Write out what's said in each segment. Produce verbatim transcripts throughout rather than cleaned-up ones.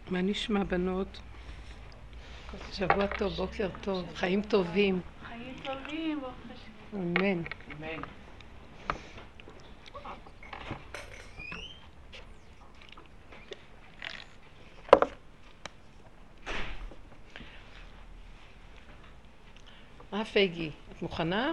מה נשמע בנות? שבוע טוב, בוקר טוב, חיים טובים. חיים טובים, ברוך השם. אמן. אמן. אה, פייגי, את מוכנה?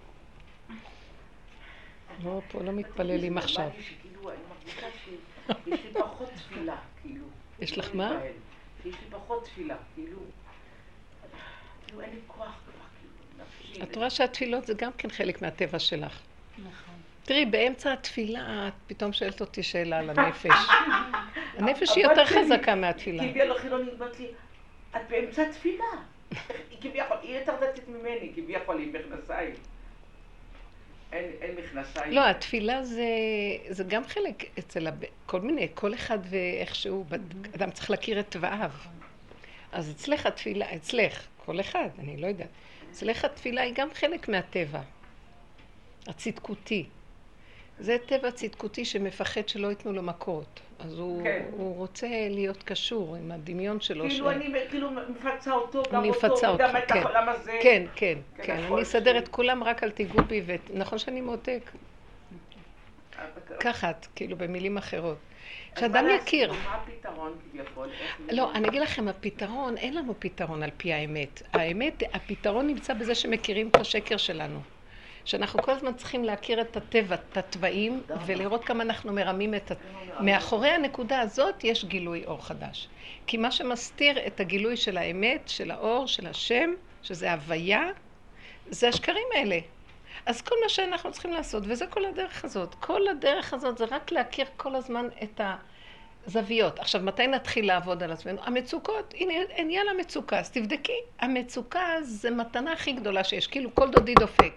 לא, פה לא מתפללים עכשיו. שכאילו, אני מרגישה שיש לי פחות תפילה, כאילו. יש לך מה? שיש לי פחות תפילה, כאילו. כאילו, אין לי כוח כבר, כאילו, נפשי. את רואה שהתפילות זה גם כן חלק מהטבע שלך. נכון. תראי, באמצע התפילה את פתאום שואלת אותי שאלה על הנפש. הנפש היא יותר חזקה מהתפילה. כי הביאה לו חילונית, אמרת לי, את באמצע תפילה. היא כביכול, היא יותר דתית ממני, כביכול עם מכנסיים. אין, אין מכנסיים. לא, התפילה זה, זה גם חלק אצל הב... כל מיני, כל אחד ואיכשהו, אדם צריך להכיר את תוואיו. אז אצלך התפילה, אצלך, כל אחד, אני לא יודעת, אצלך התפילה היא גם חלק מהטבע, הצדקותי. זה טבע צדקותי שמפחד שלא ייתנו לו מכות. אז הוא, כן. הוא רוצה להיות קשור עם הדמיון שלו. כאילו ש... אני כאילו מפצה אותו, גם אני אותו, מפצה וגם אותך, את כן. העולם הזה. כן, כן, כן, כן. נכון, אני אסדר ש- את כולם רק אל תיגעו בי, ונכון שאני מותק. ככה, כאילו במילים אחרות. אז שאדם מה יכיר. לעשות? מה הפתרון כביכול? איך- לא, אני אגיד לכם, הפתרון, אין לנו פתרון על פי האמת. האמת, הפתרון נמצא בזה שמכירים את השקר שלנו. שאנחנו כל הזמן צריכים להכיר את הטבע, את הטבעים, ולראות כמה אנחנו מרמים את ה... מאחורי הנקודה הזאת יש גילוי אור חדש. כי מה שמסתיר את הגילוי של האמת, של האור, של השם, שזה הוויה, זה השקרים האלה. אז כל מה שאנחנו צריכים לעשות, וזה כל הדרך הזאת. כל הדרך הזאת זה רק להכיר כל הזמן את הזוויות. עכשיו, מתי נתחיל לעבוד על עצמנו? המצוקות, הנה, אין לה מצוקה, אז תבדקי. המצוקה זה מתנה הכי גדולה שיש, כאילו כל דודי דופק.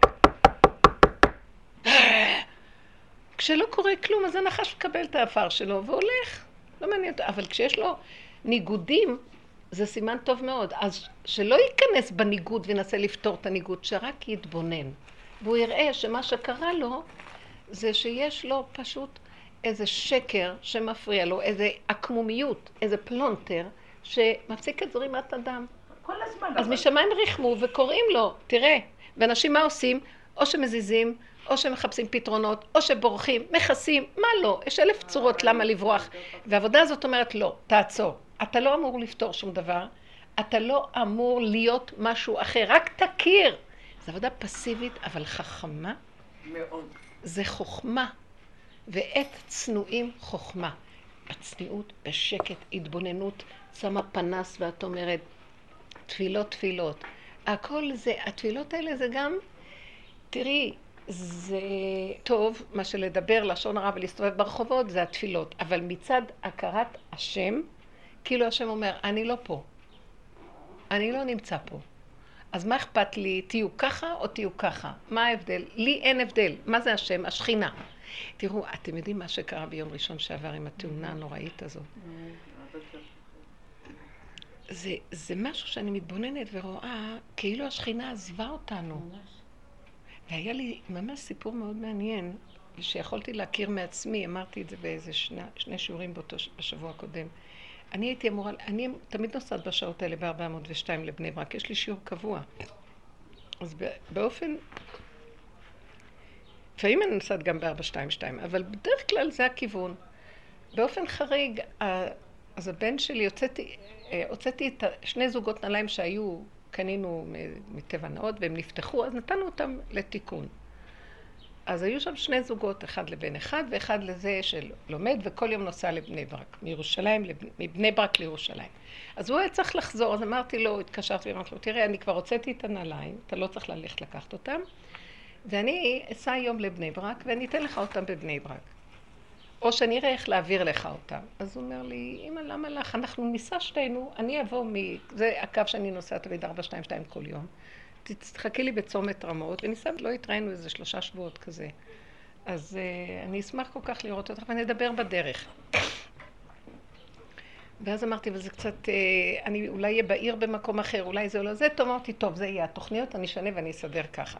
כשלא קורה כלום, אז הנחש מקבל את האפר שלו והולך. לא מעניין אותו. אבל כשיש לו ניגודים, זה סימן טוב מאוד. אז שלא ייכנס בניגוד וינסה לפתור את הניגוד, שרק יתבונן. והוא יראה שמה שקרה לו, זה שיש לו פשוט איזה שקר שמפריע לו, איזה עקמומיות, איזה פלונטר, שמפסיק את זרימת הדם. כל הזמן. אז אבל- משמיים ריחמו וקוראים לו, תראה, ואנשים מה עושים? או שמזיזים, או שמחפשים פתרונות, או שבורחים, מכסים, מה לא? יש אלף צורות למה לברוח. והעבודה הזאת אומרת לא, תעצור. אתה לא אמור לפתור שום דבר, אתה לא אמור להיות משהו אחר, רק תכיר. זו עבודה פסיבית, אבל חכמה. מאוד. זה חוכמה, ועת צנועים חוכמה. בצניעות, בשקט, התבוננות, שמה פנס ואת אומרת, תפילות תפילות. הכל זה, התפילות האלה זה גם, תראי, זה טוב, מה שלדבר לשון הרע ולהסתובב ברחובות זה התפילות, אבל מצד הכרת השם, כאילו השם אומר, אני לא פה, אני לא נמצא פה. אז מה אכפת לי? תהיו ככה או תהיו ככה? מה ההבדל? לי אין הבדל. מה זה השם? השכינה. תראו, אתם יודעים מה שקרה ביום ראשון שעבר עם התאונה הנוראית הזאת? זה, זה משהו שאני מתבוננת ורואה כאילו השכינה עזבה אותנו. והיה לי ממש סיפור מאוד מעניין, שיכולתי להכיר מעצמי, אמרתי את זה באיזה שני, שני שיעורים באותו, בשבוע הקודם. אני הייתי אמורה, אני תמיד נוסעת בשעות האלה ב-ארבע מאות ושתיים לבני ברק, יש לי שיעור קבוע. אז באופן, לפעמים אני נוסעת גם ב-ארבע שתיים שתיים, אבל בדרך כלל זה הכיוון. באופן חריג, אז הבן שלי, הוצאתי, הוצאתי את שני זוגות נעליים שהיו, קנינו מטבע נאות, והם נפתחו, אז נתנו אותם לתיקון. אז היו שם שני זוגות, אחד לבן אחד ואחד לזה שלומד וכל יום נוסע לבני ברק, מירושלים, מבני ברק לירושלים. אז הוא היה צריך לחזור, אז אמרתי לו, התקשרתי ואמרתי לו, תראה, אני כבר הוצאתי את הנעליים, אתה לא צריך ללכת לקחת אותם, ואני אסע היום לבני ברק ואני אתן לך אותם בבני ברק. או שאני אראה איך להעביר לך אותם. אז הוא אומר לי, אמא, למה לך? אנחנו ניסע שתינו, אני אבוא מ... זה הקו שאני נוסעת תמיד ארבע שתיים שתיים כל יום. תחכי לי בצומת רמות, וניסה, לא התראינו איזה שלושה שבועות כזה. אז uh, אני אשמח כל כך לראות אותך, ונדבר בדרך. ואז אמרתי, וזה קצת, uh, אני אולי אהיה בעיר במקום אחר, אולי זה או לא זה, טוב, אמרתי, טוב, זה יהיה התוכניות, אני אשנה ואני אסדר ככה.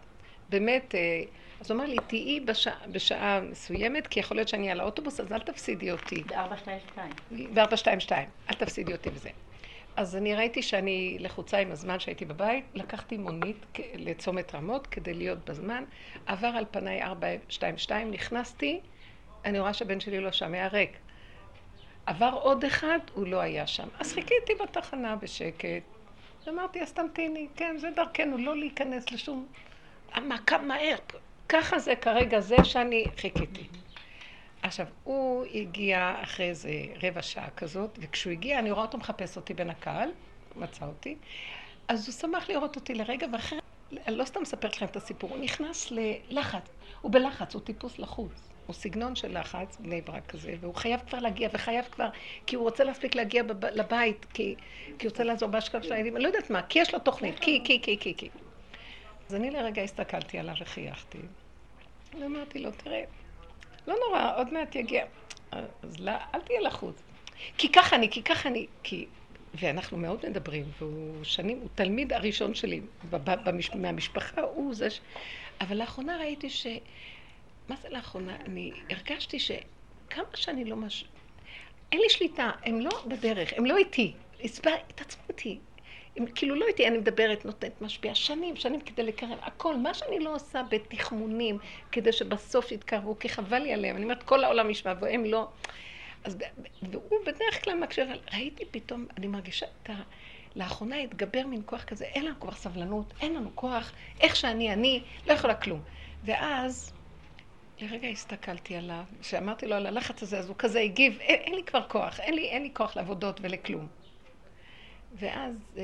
באמת, אז הוא אומר לי, תהיי בשעה, בשעה מסוימת, כי יכול להיות שאני על האוטובוס, אז אל תפסידי אותי. ב-ארבע שתיים שתיים. ב-ארבע שתיים שתיים, אל תפסידי אותי בזה. אז אני ראיתי שאני לחוצה עם הזמן שהייתי בבית, לקחתי מונית לצומת רמות כדי להיות בזמן, עבר על פניי ארבע שתיים שתיים, נכנסתי, אני רואה שהבן שלי לא שם, היה ריק. עבר עוד אחד, הוא לא היה שם. אז חיכיתי בתחנה בשקט, ואמרתי, אז תמתיני, כן, זה דרכנו, לא להיכנס לשום... מה, כמה מהר, ככה זה כרגע זה שאני חיכיתי. עכשיו, הוא הגיע אחרי איזה רבע שעה כזאת, וכשהוא הגיע, אני רואה אותו מחפש אותי בין הקהל, מצא אותי, אז הוא שמח לראות אותי לרגע, ואחרי, אני לא סתם מספרת לכם את הסיפור, הוא נכנס ללחץ, הוא בלחץ, הוא טיפוס לחוץ, הוא סגנון של לחץ, בני ברק כזה, והוא חייב כבר להגיע, וחייב כבר, כי הוא רוצה להספיק להגיע בב, לבית, כי, כי הוא רוצה לעזור בהשקעה של הילדים, אני לא יודעת מה, כי יש לו תוכנית, כי, כי, כי, כי, כי. אז אני לרגע הסתכלתי עליו וחייכתי, ואמרתי לו, תראה, לא נורא, עוד מעט יגיע. אז לא, אל תהיה לחוץ. כי ככה אני, כי ככה אני, כי... ואנחנו מאוד מדברים, והוא שנים, הוא תלמיד הראשון שלי, במש... מהמשפחה, הוא זה ש... אבל לאחרונה ראיתי ש... מה זה לאחרונה? אני הרגשתי שכמה שאני לא מש... אין לי שליטה, הם לא בדרך, הם לא איתי. הסבר, התעצמתי. הם כאילו לא איתי, אני מדברת, נותנת, משפיעה שנים, שנים כדי לקרב, הכל, מה שאני לא עושה בתכמונים, כדי שבסוף יתקרבו, כי חבל לי עליהם, אני אומרת, כל העולם ישמע, והם לא. אז, והוא בדרך כלל מקשיב, אבל ראיתי פתאום, אני מרגישה את ה... לאחרונה התגבר מן כוח כזה, אין לנו כבר סבלנות, אין לנו כוח, איך שאני, אני, לא יכולה כלום. ואז, לרגע הסתכלתי עליו, שאמרתי לו על הלחץ הזה, אז הוא כזה הגיב, אין, אין לי כבר כוח, אין לי, אין לי כוח לעבודות ולכלום. ואז, אה,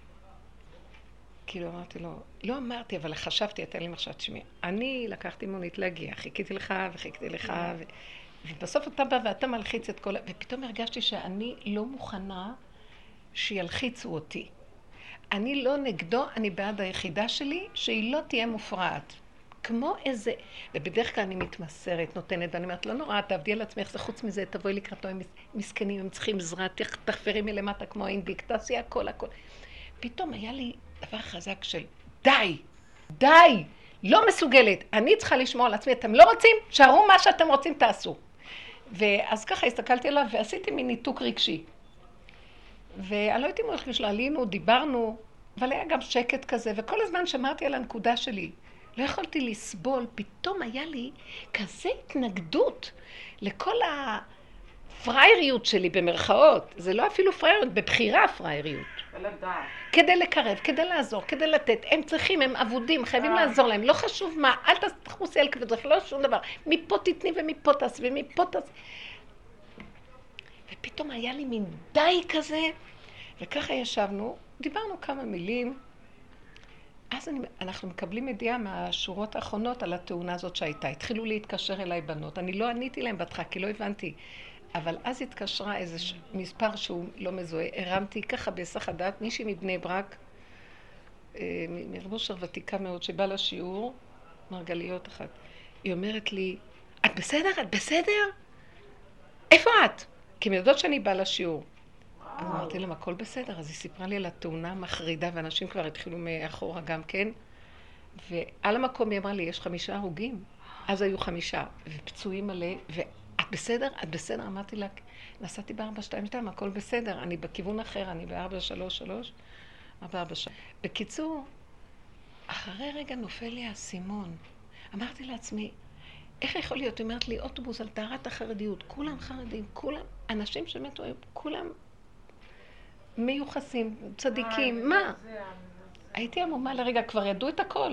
כאילו אמרתי לו, לא אמרתי, אבל חשבתי, הייתה לי מחשבת שמי. אני לקחתי מונית להגיע, חיכיתי לך וחיכיתי לך, ו... ובסוף אתה בא ואתה מלחיץ את כל... ופתאום הרגשתי שאני לא מוכנה שילחיצו אותי. אני לא נגדו, אני בעד היחידה שלי, שהיא לא תהיה מופרעת. כמו איזה... ובדרך כלל אני מתמסרת, נותנת, ואני אומרת, לא נורא, תעבדי על עצמך, זה חוץ מזה, תבואי לקראתו, הם מסכנים, הם צריכים עזרה, תחפרי מלמטה כמו האינדיקטציה, הכל, הכל. פתאום היה לי דבר חזק של, די, די, לא מסוגלת, אני צריכה לשמור על עצמי, אתם לא רוצים? שערו מה שאתם רוצים, תעשו. ואז ככה הסתכלתי עליו ועשיתי מין ניתוק רגשי. ואני לא הייתי מולך לשלה, עלינו, דיברנו, אבל היה גם שקט כזה, וכל הזמן שמרתי על הנקודה שלי. לא יכולתי לסבול, פתאום היה לי כזה התנגדות לכל הפרייריות שלי במרכאות. זה לא אפילו פרייריות, בבחירה פרייריות. כדי לקרב, כדי לעזור, כדי לתת. הם צריכים, הם עבודים, חייבים לעזור להם. לא חשוב מה, אל תחוסי על כבדך, לא שום דבר. מפה תתני ומפה תעשי ומפה תעשי. ופתאום היה לי מין די כזה, וככה ישבנו, דיברנו כמה מילים, אז אני, אנחנו מקבלים ידיעה מהשורות האחרונות על התאונה הזאת שהייתה. התחילו להתקשר אליי בנות, אני לא עניתי להם בתך, כי לא הבנתי. אבל אז התקשרה איזה ש... מספר שהוא לא מזוהה, הרמתי ככה בהיסח הדעת, מישהי מבני ברק, מרבושר ותיקה מאוד, שבא לשיעור, מרגליות אחת. היא אומרת לי, את בסדר? את בסדר? איפה את? כי הן יודעות שאני באה לשיעור. אז אמרתי להם, הכל בסדר. אז היא סיפרה לי על התאונה המחרידה, ואנשים כבר התחילו מאחורה גם כן. ועל המקום היא אמרה לי, יש חמישה הרוגים. אז היו חמישה, ופצועים מלא, ואת בסדר? את בסדר? אמרתי לה, נסעתי ב-ארבע שתיים שתיים, הכל בסדר. אני בכיוון אחר, אני ב-ארבע שלוש שלוש, ארבע ארבע שתיים. בקיצור, אחרי רגע נופל לי האסימון. אמרתי לעצמי, איך יכול להיות? היא אומרת לי, אוטובוס על טהרת החרדיות, כולם חרדים, כולם, אנשים שמתו, כולם מיוחסים, צדיקים, מה? הייתי עמומה לרגע, כבר ידעו את הכל.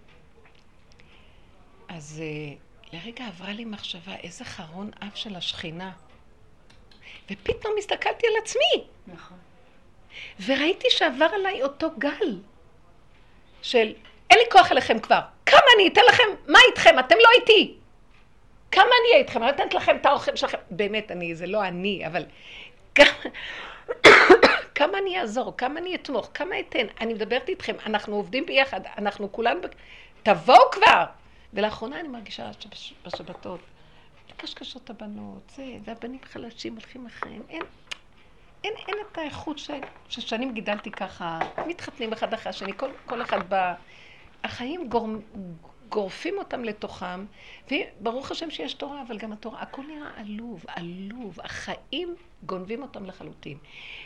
אז לרגע עברה לי מחשבה, איזה חרון אף של השכינה. ופתאום הסתכלתי על עצמי. נכון. וראיתי שעבר עליי אותו גל של, אין לי כוח אליכם כבר, כמה אני אתן לכם, מה איתכם? אתם לא איתי. כמה אני אהיה איתכם? אני נותנת לכם את האוכל שלכם. באמת, אני, זה לא אני, אבל כמה, כמה אני אעזור, כמה אני אתמוך, כמה אתן. אני מדברת איתכם, אנחנו עובדים ביחד, אנחנו כולנו, תבואו כבר. ולאחרונה אני מרגישה שבשבתות, קשקשות הבנות, זה, והבנים חלשים הולכים אחריהם. אין, אין, אין את האיכות ש, ששנים גידלתי ככה, מתחתנים אחד אחרי השני, כל, כל אחד בא, החיים גורם, גורפים אותם לתוכם, וברוך השם שיש תורה, אבל גם התורה, הכל נראה עלוב, עלוב, החיים גונבים אותם לחלוטין.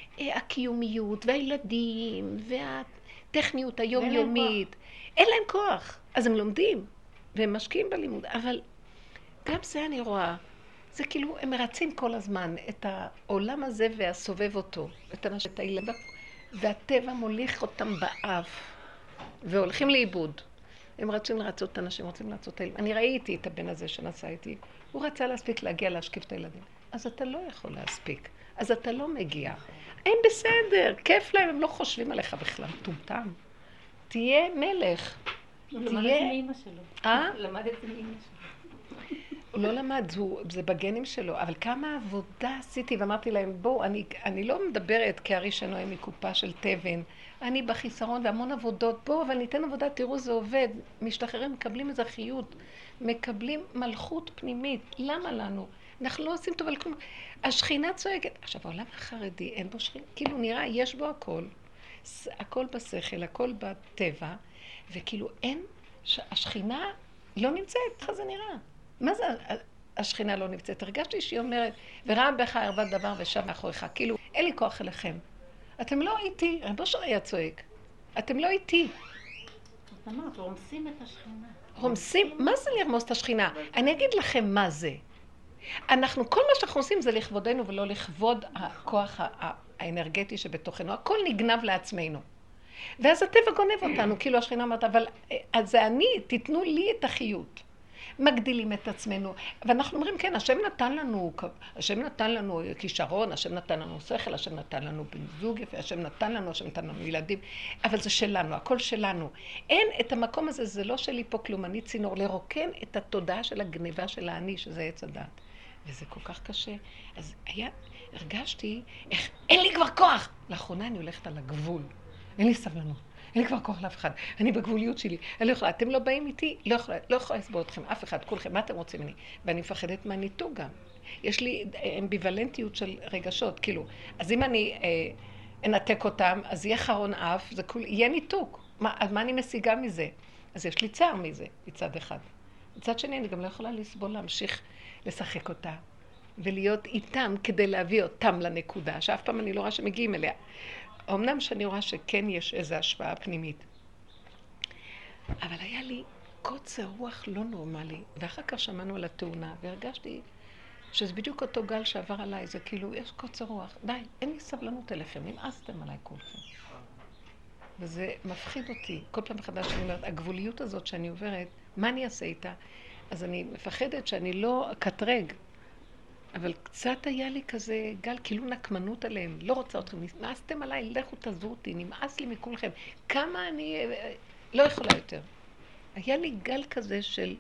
הקיומיות והילדים והטכניות היומיומית, אין להם כוח, אז הם לומדים והם משקיעים בלימוד, אבל גם זה אני רואה, זה כאילו הם מרצים כל הזמן את העולם הזה והסובב אותו, את אנשים, את הילדים, והטבע מוליך אותם באף, והולכים לאיבוד. הם רצים לרצות את האנשים, רוצים לרצות את הילדים. אני ראיתי את הבן הזה שנסע איתי, הוא רצה להספיק להגיע להשקיף את הילדים. אז אתה לא יכול להספיק, אז אתה לא מגיע. הם בסדר, כיף להם, הם לא חושבים עליך בכלל, טומטם. תהיה מלך. הוא למד את זה מאמא שלו. אה? למד את זה מאמא שלו. הוא לא למד, זה בגנים שלו, אבל כמה עבודה עשיתי ואמרתי להם, בואו, אני, אני לא מדברת כארי שנועה מקופה של תבן, אני בחיסרון והמון עבודות, בואו, אבל ניתן עבודה, תראו, זה עובד, משתחררים, מקבלים אזרחיות, מקבלים מלכות פנימית, למה לנו? אנחנו לא עושים טוב על כלום. השכינה צועקת, עכשיו העולם החרדי אין בו שכינה, כאילו נראה, יש בו הכל, הכל בשכל, הכל בטבע, וכאילו אין, השכינה לא נמצאת, איך זה נראה? מה זה השכינה לא נמצאת? הרגשתי שהיא אומרת, וראה בך ערבת דבר ושב מאחוריך, כאילו, אין לי כוח אליכם. אתם לא איתי, רבו שר היה צועק, אתם לא איתי. את אמרת, רומסים את השכינה. רומסים? מה זה לרמוס את השכינה? אני אגיד לכם מה זה. אנחנו, כל מה שאנחנו עושים זה לכבודנו ולא לכבוד הכוח האנרגטי שבתוכנו. הכל נגנב לעצמנו. ואז הטבע גונב אותנו, כאילו השכינה אומרת, אבל אז זה אני, תיתנו לי את החיות. מגדילים את עצמנו, ואנחנו אומרים, כן, השם נתן לנו, השם נתן לנו כישרון, השם נתן לנו שכל, השם נתן לנו בן זוג יפה, השם נתן לנו, השם נתן לנו ילדים, אבל זה שלנו, הכל שלנו. אין את המקום הזה, זה לא שלי פה כלום, אני צינור, לרוקן את התודעה של הגניבה של האני, שזה עץ הדת. וזה כל כך קשה. אז היה, הרגשתי, איך, אין לי כבר כוח. לאחרונה אני הולכת על הגבול, אין לי סבלנות. אין לי כבר כוח לאף אחד, אני בגבוליות שלי, אני לא יכולה, אתם לא באים איתי, לא יכולה, לא יכולה לסבור אתכם, אף אחד, כולכם, מה אתם רוצים ממני? ואני מפחדת מהניתוק גם. יש לי אמביוולנטיות של רגשות, כאילו, אז אם אני אה, אנתק אותם, אז יהיה חרון אף, זה כול, יהיה ניתוק. מה, אז מה אני משיגה מזה? אז יש לי צער מזה, מצד אחד. מצד שני, אני גם לא יכולה לסבול להמשיך לשחק אותה, ולהיות איתם כדי להביא אותם לנקודה, שאף פעם אני לא רואה שמגיעים אליה. אמנם שאני רואה שכן יש איזו השפעה פנימית. אבל היה לי קוצר רוח לא נורמלי, ואחר כך שמענו על התאונה, והרגשתי שזה בדיוק אותו גל שעבר עליי, זה כאילו, יש קוצר רוח, די, אין לי סבלנות אליכם, נמאסתם עליי כולכם. וזה מפחיד אותי, כל פעם מחדש אני אומרת, הגבוליות הזאת שאני עוברת, מה אני אעשה איתה? אז אני מפחדת שאני לא אקטרג, אבל קצת היה לי כזה גל, כאילו נקמנות עליהם, לא רוצה אתכם, נמאסתם עליי, לכו תעזבו אותי, נמאס לי מכולכם, כמה אני לא יכולה יותר. היה לי גל כזה של,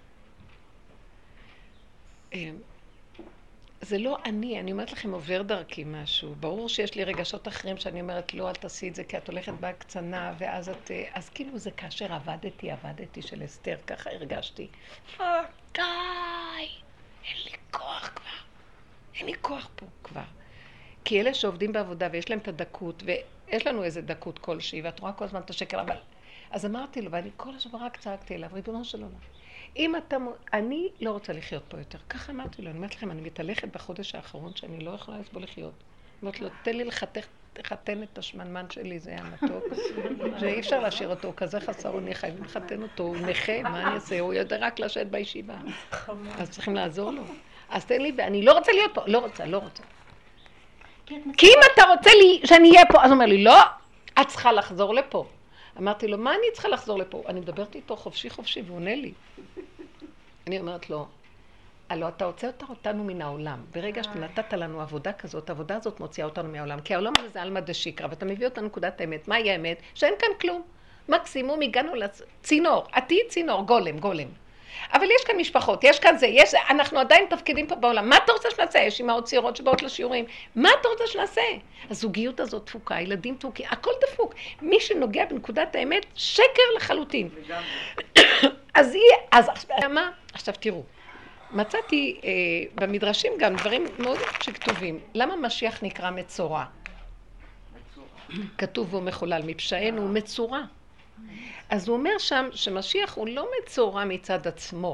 זה לא אני, אני אומרת לכם עובר דרכי משהו, ברור שיש לי רגשות אחרים שאני אומרת לא, אל תעשי את זה כי את הולכת בהקצנה, ואז את, אז כאילו זה כאשר עבדתי, עבדתי של אסתר, ככה הרגשתי, אה, די! אין לי כוח כבר, אין לי כוח פה כבר. כי אלה שעובדים בעבודה ויש להם את הדקות, ויש לנו איזה דקות כלשהי, ואת רואה כל הזמן את השקר, אבל... אז אמרתי לו, ואני כל השבוע רק צעקתי אליו, ריבונו של עולם, אם אתה... אני לא רוצה לחיות פה יותר. ככה אמרתי לו, אני אומרת לכם, אני מתהלכת בחודש האחרון שאני לא יכולה לסבול לחיות. אומרת לו, תן לי לחתן את השמנמן שלי, זה היה מתוק. שאי אפשר להשאיר אותו, כזה חסר אונים, חייבים לחתן אותו, הוא נכה, מה אני אעשה? הוא יודע רק לשבת בישיבה. אז צריכים לעזור לו. אז תן לי, ואני לא רוצה להיות פה, לא רוצה, לא רוצה. כי אם אתה רוצה לי שאני אהיה פה, אז הוא אומר לי, לא, את צריכה לחזור לפה. אמרתי לו, מה אני צריכה לחזור לפה? אני מדברת איתו חופשי חופשי, והוא עונה לי. אני אומרת לו, הלוא אתה רוצה אותנו מן העולם. ברגע שנתת לנו עבודה כזאת, העבודה הזאת מוציאה אותנו מהעולם. כי העולם הזה זה אלמא דשיקרא, ואתה מביא אותנו נקודת האמת. מה יהיה האמת? שאין כאן כלום. מקסימום הגענו לצינור. את תהיי צינור, גולם, גולם. אבל יש כאן משפחות, יש כאן זה, יש, אנחנו עדיין תפקידים פה בעולם. מה אתה רוצה שנעשה? יש אמהות צעירות שבאות לשיעורים. מה אתה רוצה שנעשה? הזוגיות הזאת תפוקה, ילדים תפוקים, הכל דפוק. מי שנוגע בנקודת האמת, שקר לחלוטין. אז היא, אז מה? עכשיו תראו. מצאתי אה, במדרשים גם דברים מאוד שכתובים. למה משיח נקרא מצורע? כתוב והוא מחולל, מפשענו מצורע. אז הוא אומר שם שמשיח הוא לא מצורע מצד עצמו,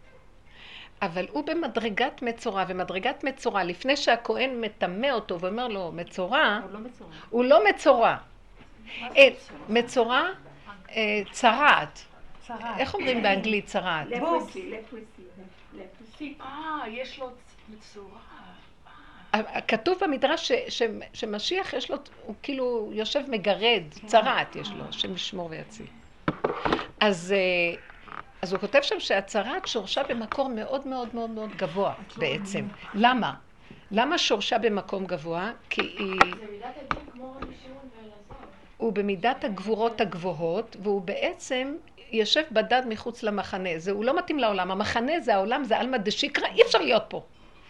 אבל הוא במדרגת מצורע, ומדרגת מצורע, לפני שהכהן מטמא אותו ואומר לו מצורע, הוא לא מצורע. הוא לא מצורע. מצורע, צרעת. איך אומרים באנגלית צרעת? לפרסי, לפרסי, לפרסי. אה, יש לו מצורע. כתוב במדרש שמשיח יש לו, הוא כאילו יושב מגרד, צרעת יש לו, שמשמור ויציל. אז אז הוא כותב שם שהצרעת שורשה במקום מאוד מאוד מאוד מאוד גבוה בעצם. למה? למה שורשה במקום גבוה? כי היא... זה מידת הדין כמו רבי שמעון ואלעזר. הוא במידת הגבורות הגבוהות, והוא בעצם יושב בדד מחוץ למחנה. זה הוא לא מתאים לעולם. המחנה זה העולם, זה עלמא דשיקרא, אי אפשר להיות פה.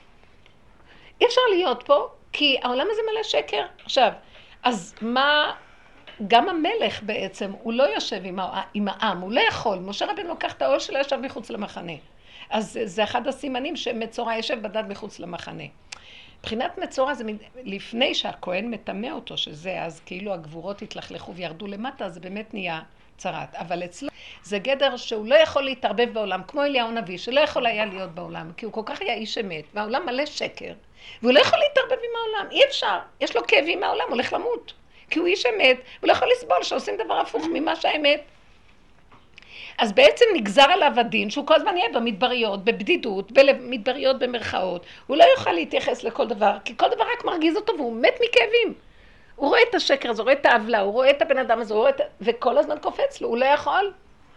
אי אפשר להיות פה, כי העולם הזה מלא שקר. עכשיו, אז מה... גם המלך בעצם, הוא לא יושב עם, ה... עם העם, הוא לא יכול. משה רבנו לוקח את העול שלו, ישב מחוץ למחנה. אז זה אחד הסימנים שמצורע יושב בדד מחוץ למחנה. מבחינת מצורע זה לפני שהכהן מטמא אותו, שזה אז כאילו הגבורות התלכלכו וירדו למטה, זה באמת נהיה צרת. אבל אצלו זה גדר שהוא לא יכול להתערבב בעולם, כמו אליהו הנביא, שלא יכול היה להיות בעולם, כי הוא כל כך היה איש אמת, והעולם מלא שקר, והוא לא יכול להתערבב עם העולם, אי אפשר. יש לו כאבים מהעולם, הוא הולך למות. כי הוא איש אמת, הוא לא יכול לסבול שעושים דבר הפוך ממה שהאמת. אז בעצם נגזר עליו הדין שהוא כל הזמן יהיה במדבריות, בבדידות, במדבריות במרכאות. הוא לא יוכל להתייחס לכל דבר, כי כל דבר רק מרגיז אותו והוא מת מכאבים. הוא רואה את השקר הזה, הוא רואה את העוולה, הוא רואה את הבן אדם הזה, הוא רואה את... וכל הזמן קופץ לו, הוא לא יכול.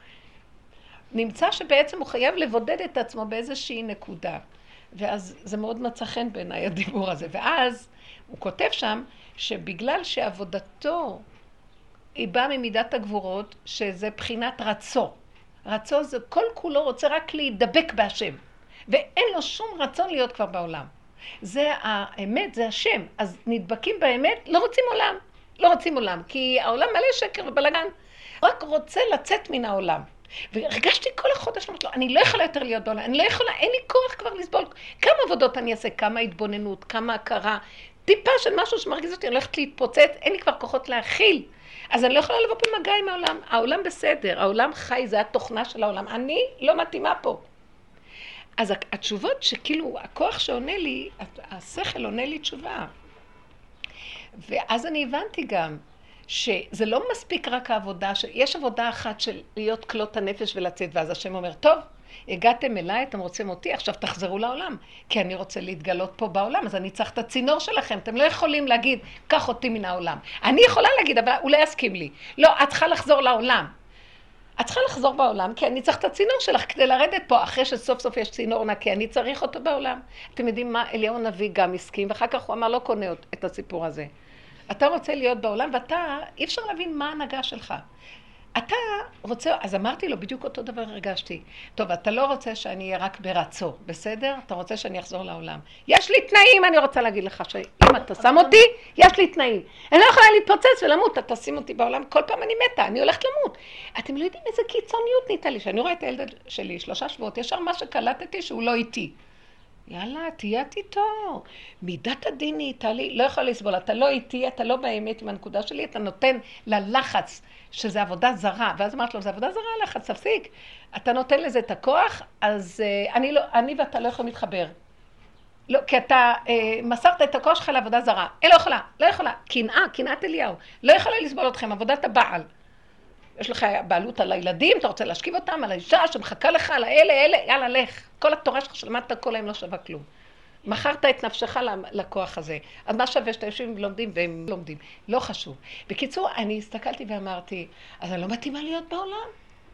נמצא שבעצם הוא חייב לבודד את עצמו באיזושהי נקודה. ואז זה מאוד מצא חן בעיניי הדיבור הזה. ואז הוא כותב שם שבגלל שעבודתו היא באה ממידת הגבורות, שזה בחינת רצו. רצו זה כל כולו רוצה רק להידבק בהשם. ואין לו שום רצון להיות כבר בעולם. זה האמת, זה השם. אז נדבקים באמת, לא רוצים עולם. לא רוצים עולם, כי העולם מלא שקר ובלגן. רק רוצה לצאת מן העולם. והרגשתי כל החודש, אמרתי לו, אני לא יכולה יותר להיות בעולם, אני לא יכולה, אין לי כוח כבר לסבול. כמה עבודות אני אעשה, כמה התבוננות, כמה הכרה, טיפה של משהו שמרגיז אותי, אני הולכת להתפוצץ, אין לי כבר כוחות להכיל. אז אני לא יכולה לבוא במגע עם העולם. העולם בסדר, העולם חי, זה התוכנה של העולם. אני לא מתאימה פה. אז התשובות שכאילו, הכוח שעונה לי, השכל עונה לי תשובה. ואז אני הבנתי גם, שזה לא מספיק רק העבודה, יש עבודה אחת של להיות כלות הנפש ולצאת, ואז השם אומר, טוב, הגעתם אליי, אתם רוצים אותי, עכשיו תחזרו לעולם, כי אני רוצה להתגלות פה בעולם, אז אני צריך את הצינור שלכם, אתם לא יכולים להגיד, קח אותי מן העולם. אני יכולה להגיד, אבל הוא לא יסכים לי. לא, את צריכה לחזור לעולם. את צריכה לחזור בעולם, כי אני צריך את הצינור שלך כדי לרדת פה, אחרי שסוף סוף יש צינור נקי, אני צריך אותו בעולם. אתם יודעים מה, אליהו הנביא גם הסכים, ואחר כך הוא אמר, לא קונה את הסיפור הזה. אתה רוצה להיות בעולם, ואתה, אי אפשר להבין מה ההנהגה שלך. אתה רוצה, אז אמרתי לו, בדיוק אותו דבר הרגשתי. טוב, אתה לא רוצה שאני אהיה רק ברצו, בסדר? אתה רוצה שאני אחזור לעולם. יש לי תנאים, אני רוצה להגיד לך, שאם אתה שם אותי, יש לי תנאים. אני לא יכולה להתפוצץ ולמות, אתה שים אותי בעולם, כל פעם אני מתה, אני הולכת למות. אתם לא יודעים איזה קיצוניות ניתה לי, שאני רואה את הילד שלי, שלושה שבועות, ישר מה שקלטתי שהוא לא איתי. יאללה, תהיה איתו. מידת הדין היא איתה לי, לא יכולה לסבול, אתה לא איתי, אתה לא באמת עם הנקודה שלי, אתה נותן ללחץ שזה עבודה זרה, ואז אמרת לו, זה עבודה זרה, לחץ, תפסיק. אתה נותן לזה את הכוח, אז uh, אני, לא, אני ואתה לא יכולים להתחבר. לא, כי אתה uh, מסרת את הכוח שלך לעבודה זרה. אין לא יכולה, לא יכולה. קנאה, קנאת אליהו. לא יכולה לסבול אתכם, עבודת הבעל. יש לך בעלות על הילדים, אתה רוצה להשכיב אותם, על האישה שמחכה לך, על האלה, אלה, יאללה, לך. כל התורה שלך שלמדת כל היום לא שווה כלום. מכרת את נפשך לכוח הזה. אז מה שווה שאתה יושבים ולומדים והם לומדים? לא חשוב. בקיצור, אני הסתכלתי ואמרתי, אז אני לא מתאימה להיות בעולם.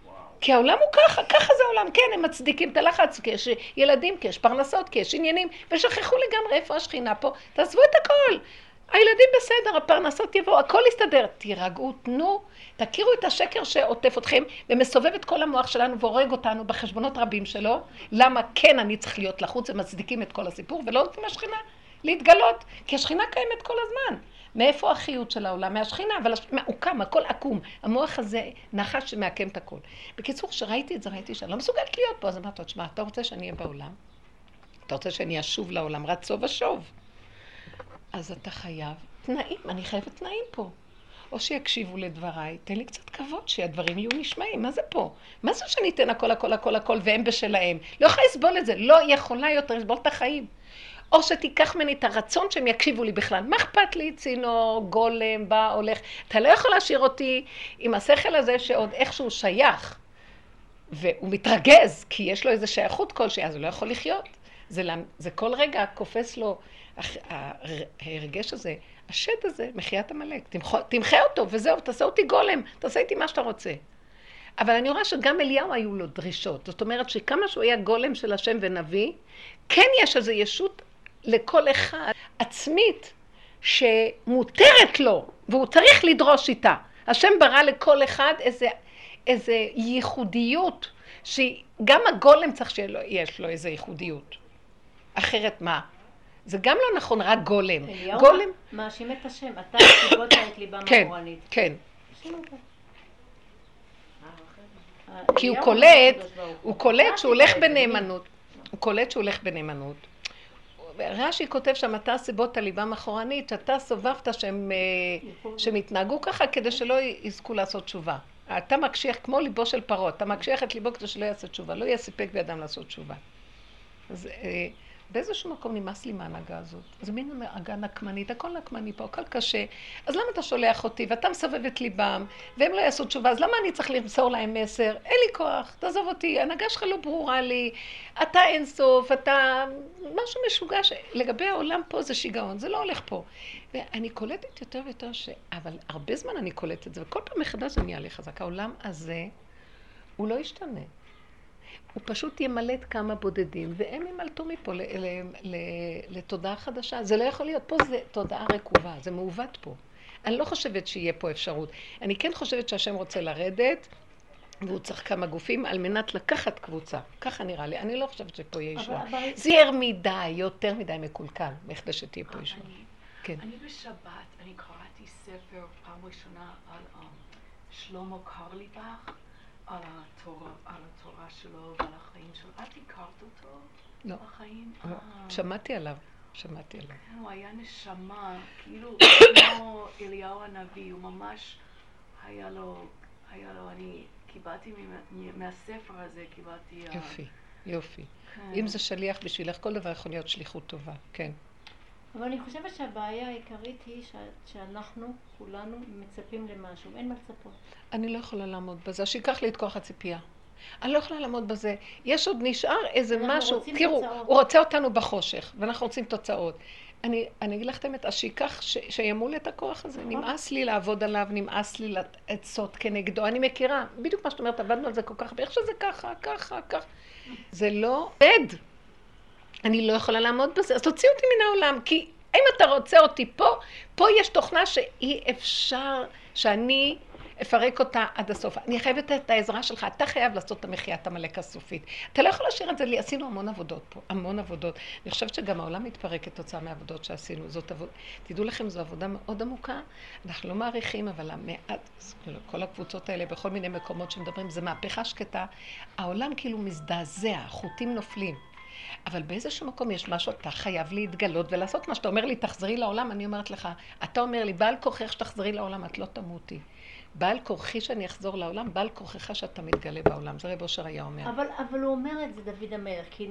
כי העולם הוא ככה, ככה זה העולם. כן, הם מצדיקים את הלחץ, כי יש ילדים, כי יש פרנסות, כי יש עניינים, ושכחו לגמרי איפה השכינה פה. תעזבו את הכל. הילדים בסדר, הפרנסות יבואו, הכל יסתדר. תירגעו, תנו, תכירו את השקר שעוטף אתכם, ומסובב את כל המוח שלנו והורג אותנו בחשבונות רבים שלו. למה כן אני צריך להיות לחוץ ומצדיקים את כל הסיפור, ולא נותנים השכינה להתגלות, כי השכינה קיימת כל הזמן. מאיפה החיות של העולם? מהשכינה, אבל הוא קם, הכל עקום. המוח הזה נחש שמעקם את הכל. בקיצור, כשראיתי את זה, ראיתי שאני לא מסוגלת להיות פה, אז אמרתי לו, תשמע, אתה רוצה שאני אהיה בעולם? אתה רוצה שאני אשוב לעולם? רצו ושוב. אז אתה חייב תנאים, אני חייבת תנאים פה. או שיקשיבו לדבריי, תן לי קצת כבוד שהדברים יהיו נשמעים, מה זה פה? מה זה שאני אתן הכל הכל הכל הכל והם בשלהם? לא יכולה לסבול את זה, לא יכולה יותר לסבול את החיים. או שתיקח ממני את הרצון שהם יקשיבו לי בכלל. מה אכפת לי? צינור, גולם, בא, הולך. אתה לא יכול להשאיר אותי עם השכל הזה שעוד איכשהו שייך. והוא מתרגז, כי יש לו איזו שייכות כלשהי, אז הוא לא יכול לחיות. זה, זה כל רגע קופץ לו, ההרגש הזה, השד הזה, מחיית המלאק. תמחה, תמחה אותו, וזהו, תעשה אותי גולם, תעשה איתי מה שאתה רוצה. אבל אני רואה שגם אליהו היו לו דרישות. זאת אומרת שכמה שהוא היה גולם של השם ונביא, כן יש איזו ישות לכל אחד עצמית שמותרת לו, והוא צריך לדרוש איתה. השם ברא לכל אחד איזה, איזה ייחודיות, שגם הגולם צריך שיש לו איזה ייחודיות. אחרת מה? זה גם לא נכון, רק גולם. אליהו גולם... מאשים את השם, אתה סיבות את ליבם אחורנית. כן, כן. אה, כי הוא אליהו קולט, הקדוש ברוך הוא קולט שהוא הולך בנאמנות. הוא קולט שהוא הולך בנאמנות. רש"י כותב שם, אתה סיבות על ליבם אחורנית, אתה סובבת שהם, שהם התנהגו ככה כדי שלא יזכו לעשות תשובה. אתה מקשיח כמו ליבו של פרות, אתה מקשיח את ליבו כדי שלא יעשה תשובה, לא יהיה סיפק בידם לעשות תשובה. אז באיזשהו מקום נמאס לי מההנהגה הזאת. זה מין הנהגה נקמנית, הכל נקמני פה, הכל קשה. אז למה אתה שולח אותי ואתה מסובב את ליבם, והם לא יעשו תשובה, אז למה אני צריך למסור להם מסר? אין לי כוח, תעזוב אותי, ההנהגה שלך לא ברורה לי, אתה אין סוף, אתה משהו משוגע, ש... לגבי העולם פה זה שיגעון, זה לא הולך פה. ואני קולטת יותר ויותר ש... אבל הרבה זמן אני קולטת את זה, וכל פעם מחדש זה נהיה לי חזק. העולם הזה, הוא לא ישתנה. הוא פשוט ימלט כמה בודדים, והם ימלטו מפה ל- ל- ל- לתודעה חדשה. זה לא יכול להיות. פה זה תודעה רקובה, זה מעוות פה. אני לא חושבת שיהיה פה אפשרות. אני כן חושבת שהשם רוצה לרדת, והוא צריך כמה גופים על מנת לקחת קבוצה. ככה נראה לי. אני לא חושבת שפה יהיה ישועה. אבל- זה יותר מדי, יותר מדי מקולקל, בכדי שתהיה פה ישועה. אני- כן. אני בשבת, אני קראתי ספר פעם ראשונה על um, שלמה קרליבך, על התורה, על התורה שלו ועל החיים שלו. את הכרת אותו? לא. בחיים? לא. אה. שמעתי עליו. שמעתי עליו. כן, הוא היה נשמה, כאילו כמו אליהו הנביא, הוא ממש היה לו, היה לו, אני קיבלתי ממ- מהספר הזה, קיבלתי... אה, יופי, יופי. כן. אם זה שליח בשבילך, כל דבר יכול להיות שליחות טובה. כן. אבל אני חושבת שהבעיה העיקרית היא ש- שאנחנו כולנו מצפים למשהו, אין מה לצפות. אני לא יכולה לעמוד בזה, שיקח לי את כוח הציפייה. אני לא יכולה לעמוד בזה. יש עוד נשאר איזה אנחנו משהו, רוצים תראו, תוצאות. הוא רוצה אותנו בחושך, ואנחנו רוצים תוצאות. אני, אני אגיד לך את האמת, אז שיקח, ש, שימול את הכוח הזה. נמאס לי לעבוד עליו, נמאס לי לעצות כנגדו. אני מכירה, בדיוק מה שאת אומרת, עבדנו על זה כל כך, ואיך שזה ככה, ככה, ככה. זה לא עד. אני לא יכולה לעמוד בזה, אז תוציא אותי מן העולם, כי אם אתה רוצה אותי פה, פה יש תוכנה שאי אפשר שאני אפרק אותה עד הסוף. אני חייבת את העזרה שלך, אתה חייב לעשות את המחיית המלאק הסופית. אתה לא יכול להשאיר את זה לי, עשינו המון עבודות פה, המון עבודות. אני חושבת שגם העולם מתפרק כתוצאה מהעבודות שעשינו. זאת עבוד... תדעו לכם, זו עבודה מאוד עמוקה, אנחנו לא מעריכים, אבל המעט, כל הקבוצות האלה בכל מיני מקומות שמדברים, זה מהפכה שקטה, העולם כאילו מזדעזע, חוטים נופלים. אבל באיזשהו מקום יש משהו, אתה חייב להתגלות ולעשות מה שאתה אומר לי, תחזרי לעולם, אני אומרת לך, אתה אומר לי, בעל כוחך שתחזרי לעולם, את לא תמותי. בעל כוחי שאני אחזור לעולם, בעל כוחך שאתה מתגלה בעולם. זה רב אושר היה אומר. אבל, אבל הוא אומר את זה, דוד המלך, כי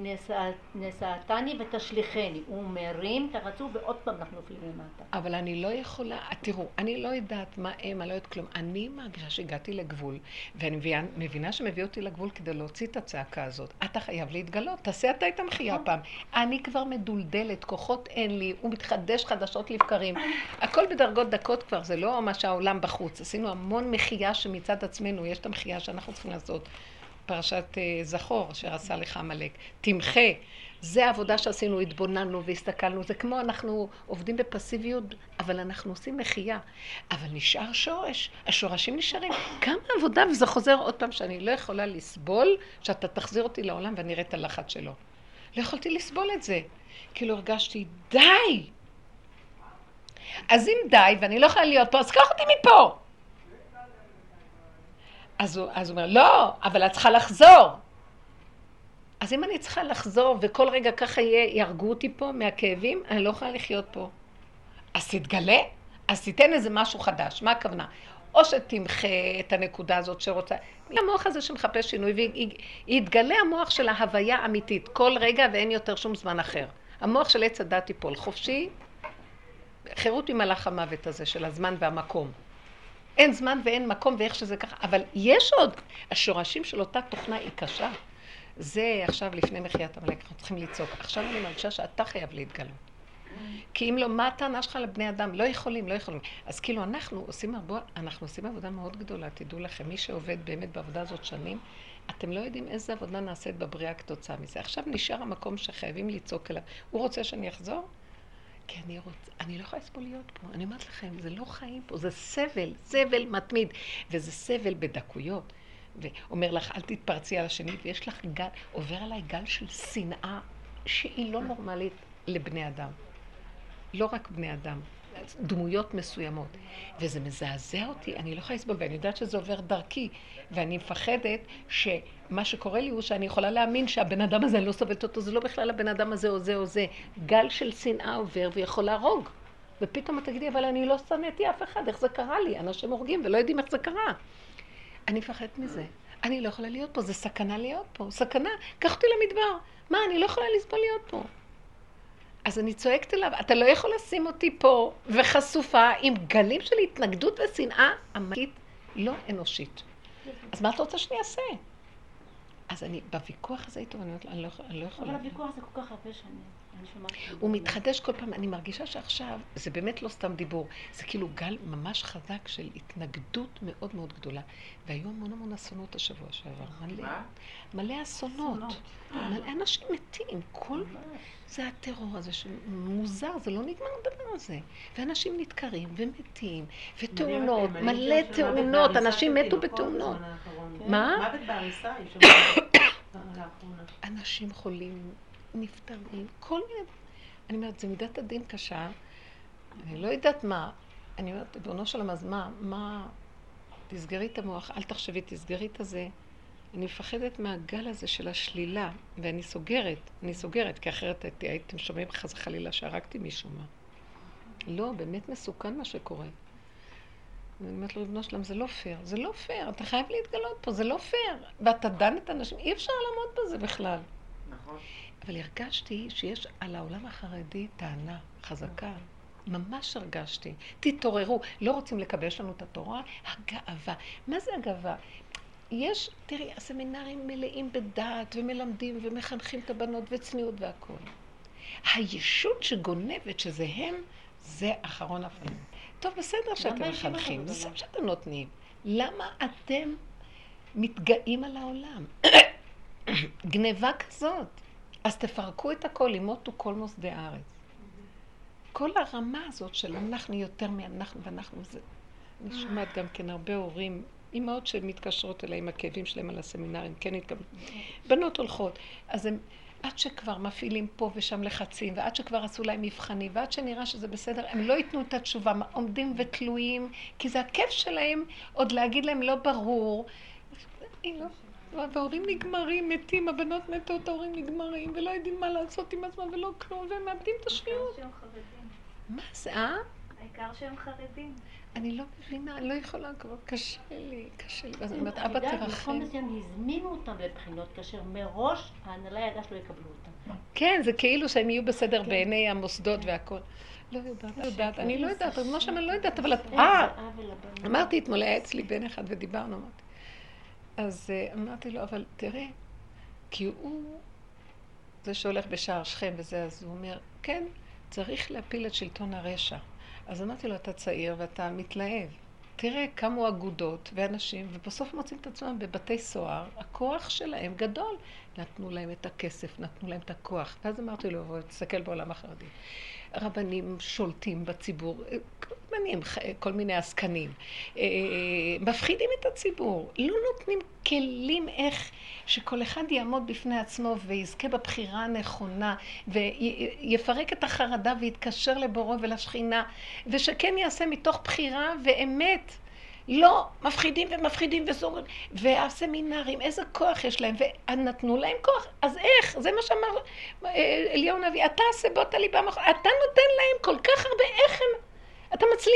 נשאתני ותשליחני. הוא מרים, תרצו, ועוד פעם אנחנו נופלים למטה. אבל אני לא יכולה, תראו, אני לא יודעת מה הם, אני לא יודעת כלום. אני מרגישה שהגעתי לגבול, ואני מבינה, מבינה שמביא אותי לגבול כדי להוציא את הצעקה הזאת. אתה חייב להתגלות, תעשה אתה את המחייה פעם. אני כבר מדולדלת, כוחות אין לי, הוא מתחדש חדשות לבקרים. הכל בדרגות דקות כבר, זה לא מה שהעולם בחוץ. עשינו המון מחייה שמצד עצמנו, יש את המחייה שאנחנו צריכים לעשות. פרשת uh, זכור, אשר עשה לך עמלק. תמחה. זה העבודה שעשינו, התבוננו והסתכלנו. זה כמו אנחנו עובדים בפסיביות, אבל אנחנו עושים מחייה. אבל נשאר שורש. השורשים נשארים. כמה עבודה, וזה חוזר עוד פעם שאני לא יכולה לסבול, שאתה תחזיר אותי לעולם ואני אראה את הלחץ שלו. לא יכולתי לסבול את זה. כאילו הרגשתי, די! אז אם די, ואני לא יכולה להיות פה, אז קח אותי מפה! אז הוא, אז הוא אומר, לא, אבל את צריכה לחזור. אז אם אני צריכה לחזור, וכל רגע ככה יהיה, ירגו אותי פה מהכאבים, אני לא יכולה לחיות פה. אז תתגלה, אז תיתן איזה משהו חדש. מה הכוונה? או שתמחה את הנקודה הזאת שרוצה. המוח הזה שמחפש שינוי, ויתגלה המוח של ההוויה האמיתית, כל רגע ואין יותר שום זמן אחר. המוח של עץ הדת ייפול חופשי, חירות ממלאך המוות הזה של הזמן והמקום. אין זמן ואין מקום ואיך שזה ככה, אבל יש עוד, השורשים של אותה תוכנה היא קשה. זה עכשיו לפני מחיית המלאך, אנחנו צריכים לצעוק. עכשיו אני מרגישה שאתה חייב להתגלות. כי אם לא, מה הטענה שלך לבני אדם? לא יכולים, לא יכולים. אז כאילו אנחנו עושים הרבה, אנחנו עושים עבודה מאוד גדולה, תדעו לכם, מי שעובד באמת בעבודה הזאת שנים, אתם לא יודעים איזה עבודה נעשית בבריאה כתוצאה מזה. עכשיו נשאר המקום שחייבים לצעוק אליו. הוא רוצה שאני אחזור? כי אני רוצה, אני לא יכולה לסבול להיות פה. אני אומרת לכם, זה לא חיים פה, זה סבל, סבל מתמיד. וזה סבל בדקויות. ואומר לך, אל תתפרצי על השני, ויש לך גל, עובר עליי גל של שנאה שהיא לא נורמלית לבני אדם. לא רק בני אדם, דמויות מסוימות. וזה מזעזע אותי, אני לא יכולה לסבול, ואני יודעת שזה עובר דרכי, ואני מפחדת שמה שקורה לי הוא שאני יכולה להאמין שהבן אדם הזה, אני לא סובלת אותו, זה לא בכלל הבן אדם הזה או זה או זה. גל של שנאה עובר ויכול להרוג. ופתאום את תגידי, אבל אני לא שנאתי אף אחד, איך זה קרה לי? אנשים הורגים ולא יודעים איך זה קרה. אני מפחדת מזה. אני לא יכולה להיות פה, זה סכנה להיות פה. סכנה, קח אותי למדבר. מה, אני לא יכולה לסבול להיות פה. אז אני צועקת אליו, אתה לא יכול לשים אותי פה וחשופה עם גלים של התנגדות ושנאה אמיתית לא אנושית. אז מה אתה רוצה שאני אעשה? אז אני, בוויכוח הזה איתו, אני, אני, לא, אני לא יכולה. אבל הוויכוח זה כל כך הרבה שנים. הוא מתחדש כל פעם, אני מרגישה שעכשיו, זה באמת לא סתם דיבור, זה כאילו גל ממש חזק של התנגדות מאוד מאוד גדולה. והיו המון המון אסונות השבוע שעבר. מלא, מלא אסונות. מלא אנשים מתים. כל... זה הטרור הזה שמוזר, זה לא נגמר הדבר הזה. ואנשים נתקרים ומתים, ותאונות, מלא תאונות, אנשים מתו בתאונות. מה? מוות בעריסה, אנשים חולים, נפטרים, כל מיני... אני אומרת, זה מידת הדין קשה, אני לא יודעת מה, אני אומרת, בעונו של המז, מה, מה, תסגרי את המוח, אל תחשבי, תסגרי את הזה. אני מפחדת מהגל הזה של השלילה, ואני סוגרת, אני סוגרת, כי אחרת הייתם שומעים חס וחלילה שהרגתי מישהו מה. לא, באמת מסוכן מה שקורה. אני אומרת לו, בנו שלם, זה לא פייר, זה לא פייר, אתה חייב להתגלות פה, זה לא פייר. ואתה דן את האנשים, אי אפשר לעמוד בזה בכלל. נכון. אבל הרגשתי שיש על העולם החרדי טענה חזקה. ממש הרגשתי. תתעוררו. לא רוצים לקבש לנו את התורה? הגאווה. מה זה הגאווה? יש, תראי, הסמינרים מלאים בדעת ומלמדים ומחנכים את הבנות וצניעות והכל. הישות שגונבת שזה הם, זה אחרון הפעמים. טוב, בסדר שאתם מחנכים, זה סתם שאתם נותנים. למה אתם מתגאים על העולם? גניבה כזאת. אז תפרקו את הכל, ימותו כל מוסדי הארץ. כל הרמה הזאת של אנחנו יותר מאנחנו ואנחנו זה. אני שומעת גם כן הרבה הורים, אמהות שמתקשרות אליי עם הכאבים שלהם על הסמינרים, כן התקבלו. בנות הולכות. אז הם, עד שכבר מפעילים פה ושם לחצים, ועד שכבר עשו להם מבחנים, ועד שנראה שזה בסדר, הם לא ייתנו את התשובה, עומדים ותלויים, כי זה הכיף שלהם עוד להגיד להם לא ברור. לא. וההורים נגמרים, מתים, הבנות מתות, ההורים נגמרים, ולא יודעים מה לעשות עם עצמם ולא כלום, והם מאבדים את השפיות. העיקר שהם חרדים. מה זה, אה? העיקר שהם חרדים. אני לא מבינה, אני לא יכולה כבר, קשה לי, קשה לי. אז אני אומרת, אבא תרחם. תרחם. מסוים הזמינו אותם לבחינות, כאשר מראש ההנהלה ידעה שלא יקבלו אותם. כן, זה כאילו שהם יהיו בסדר בעיני המוסדות והכל. לא יודעת, לא יודעת, אני לא יודעת, מה שאני לא יודעת, אבל... אה, אמרתי אתמול, היה אצלי בן אחד ודיברנו, אמרתי. אז אמרתי לו, אבל תראה, כי הוא, זה שהולך בשער שכם וזה, אז הוא אומר, כן, צריך להפיל את שלטון הרשע. אז אמרתי לו, אתה צעיר ואתה מתלהב. תראה כמה אגודות ואנשים, ובסוף מוצאים את עצמם בבתי סוהר, הכוח שלהם גדול. נתנו להם את הכסף, נתנו להם את הכוח. ואז אמרתי לו, תסתכל בעולם החרדי. רבנים שולטים בציבור, רבנים, כל מיני עסקנים, מפחידים את הציבור, לא נותנים כלים איך שכל אחד יעמוד בפני עצמו ויזכה בבחירה הנכונה ויפרק את החרדה ויתקשר לבורו ולשכינה, ושכן יעשה מתוך בחירה ואמת. לא, מפחידים ומפחידים וזורים, והסמינרים, איזה כוח יש להם, ונתנו להם כוח, אז איך? זה מה שאמר אליהו נביא, אתה עשה בו את הליבה, אתה נותן להם כל כך הרבה, איך הם, אתה מצליח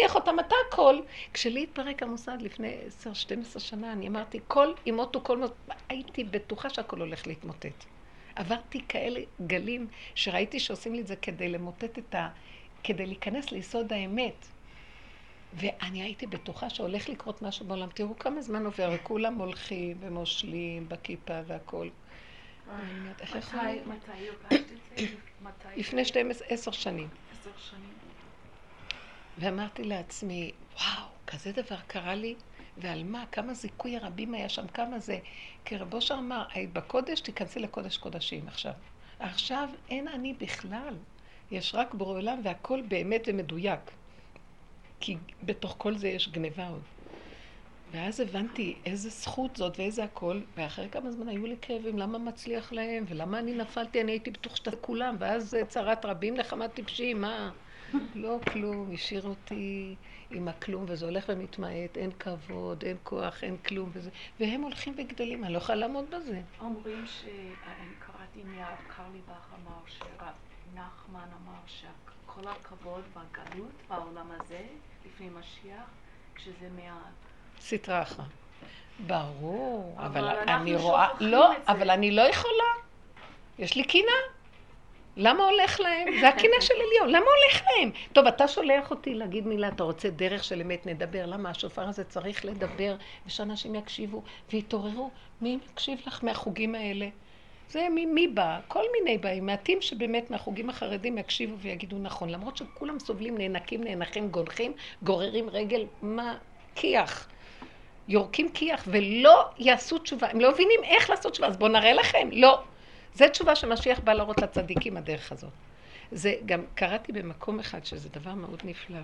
תשליך אותם, אתה הכל. כשלי התפרק המוסד לפני עשר שתים עשרה שנה, אני אמרתי, כל ימותו, כל מות, הייתי בטוחה שהכל הולך להתמוטט. עברתי כאלה גלים שראיתי שעושים לי את זה כדי למוטט את ה... כדי להיכנס ליסוד האמת. ואני הייתי בטוחה שהולך לקרות משהו בעולם. תראו כמה זמן עובר, וכולם הולכים ומושלים בכיפה והכל. מתי הרגשת את זה? לפני שתים עשרה שנים. עשר שנים. ואמרתי לעצמי, וואו, כזה דבר קרה לי, ועל מה, כמה זיכוי הרבים היה שם, כמה זה. כי רב אושר אמר, היית בקודש, תיכנסי לקודש קודשים עכשיו. עכשיו אין אני בכלל. יש רק בורא עולם והכל באמת ומדויק. כי בתוך כל זה יש גניבה עוד. ואז הבנתי איזה זכות זאת ואיזה הכל, ואחרי כמה זמן היו לי כאבים, למה מצליח להם, ולמה אני נפלתי, אני הייתי בטוח שאתה כולם, ואז צרת רבים לחמה טיפשי, מה? לא כלום, השאיר אותי עם הכלום, וזה הולך ומתמעט, אין כבוד, אין כוח, אין כלום, וזה, והם הולכים וגדלים, אני לא יכולה לעמוד בזה. אומרים שאני קראתי מיד קרליבך אמר שרב נחמן אמר שכל הכבוד והגלות בעולם הזה לפני משיח, כשזה מה... סטרה אחת. ברור, אבל, אבל אני רואה... לא, את זה. אבל אני לא יכולה. יש לי קינה. למה הולך להם? זה הקינה של עליון. למה הולך להם? טוב, אתה שולח אותי להגיד מילה, אתה רוצה דרך של אמת נדבר. למה השופר הזה צריך לדבר ושאנשים יקשיבו ויתעוררו? מי מקשיב לך מהחוגים האלה? זה מי, מי בא? כל מיני באים. מעטים שבאמת מהחוגים החרדים יקשיבו ויגידו נכון. למרות שכולם סובלים, נאנקים, נאנחים, גונחים, גוררים רגל, מה? כיח. יורקים כיח ולא יעשו תשובה. הם לא מבינים איך לעשות תשובה, אז בואו נראה לכם. לא. זו תשובה שמשיח בא להראות לצדיקים הדרך הזאת. זה גם קראתי במקום אחד שזה דבר מאוד נפלא.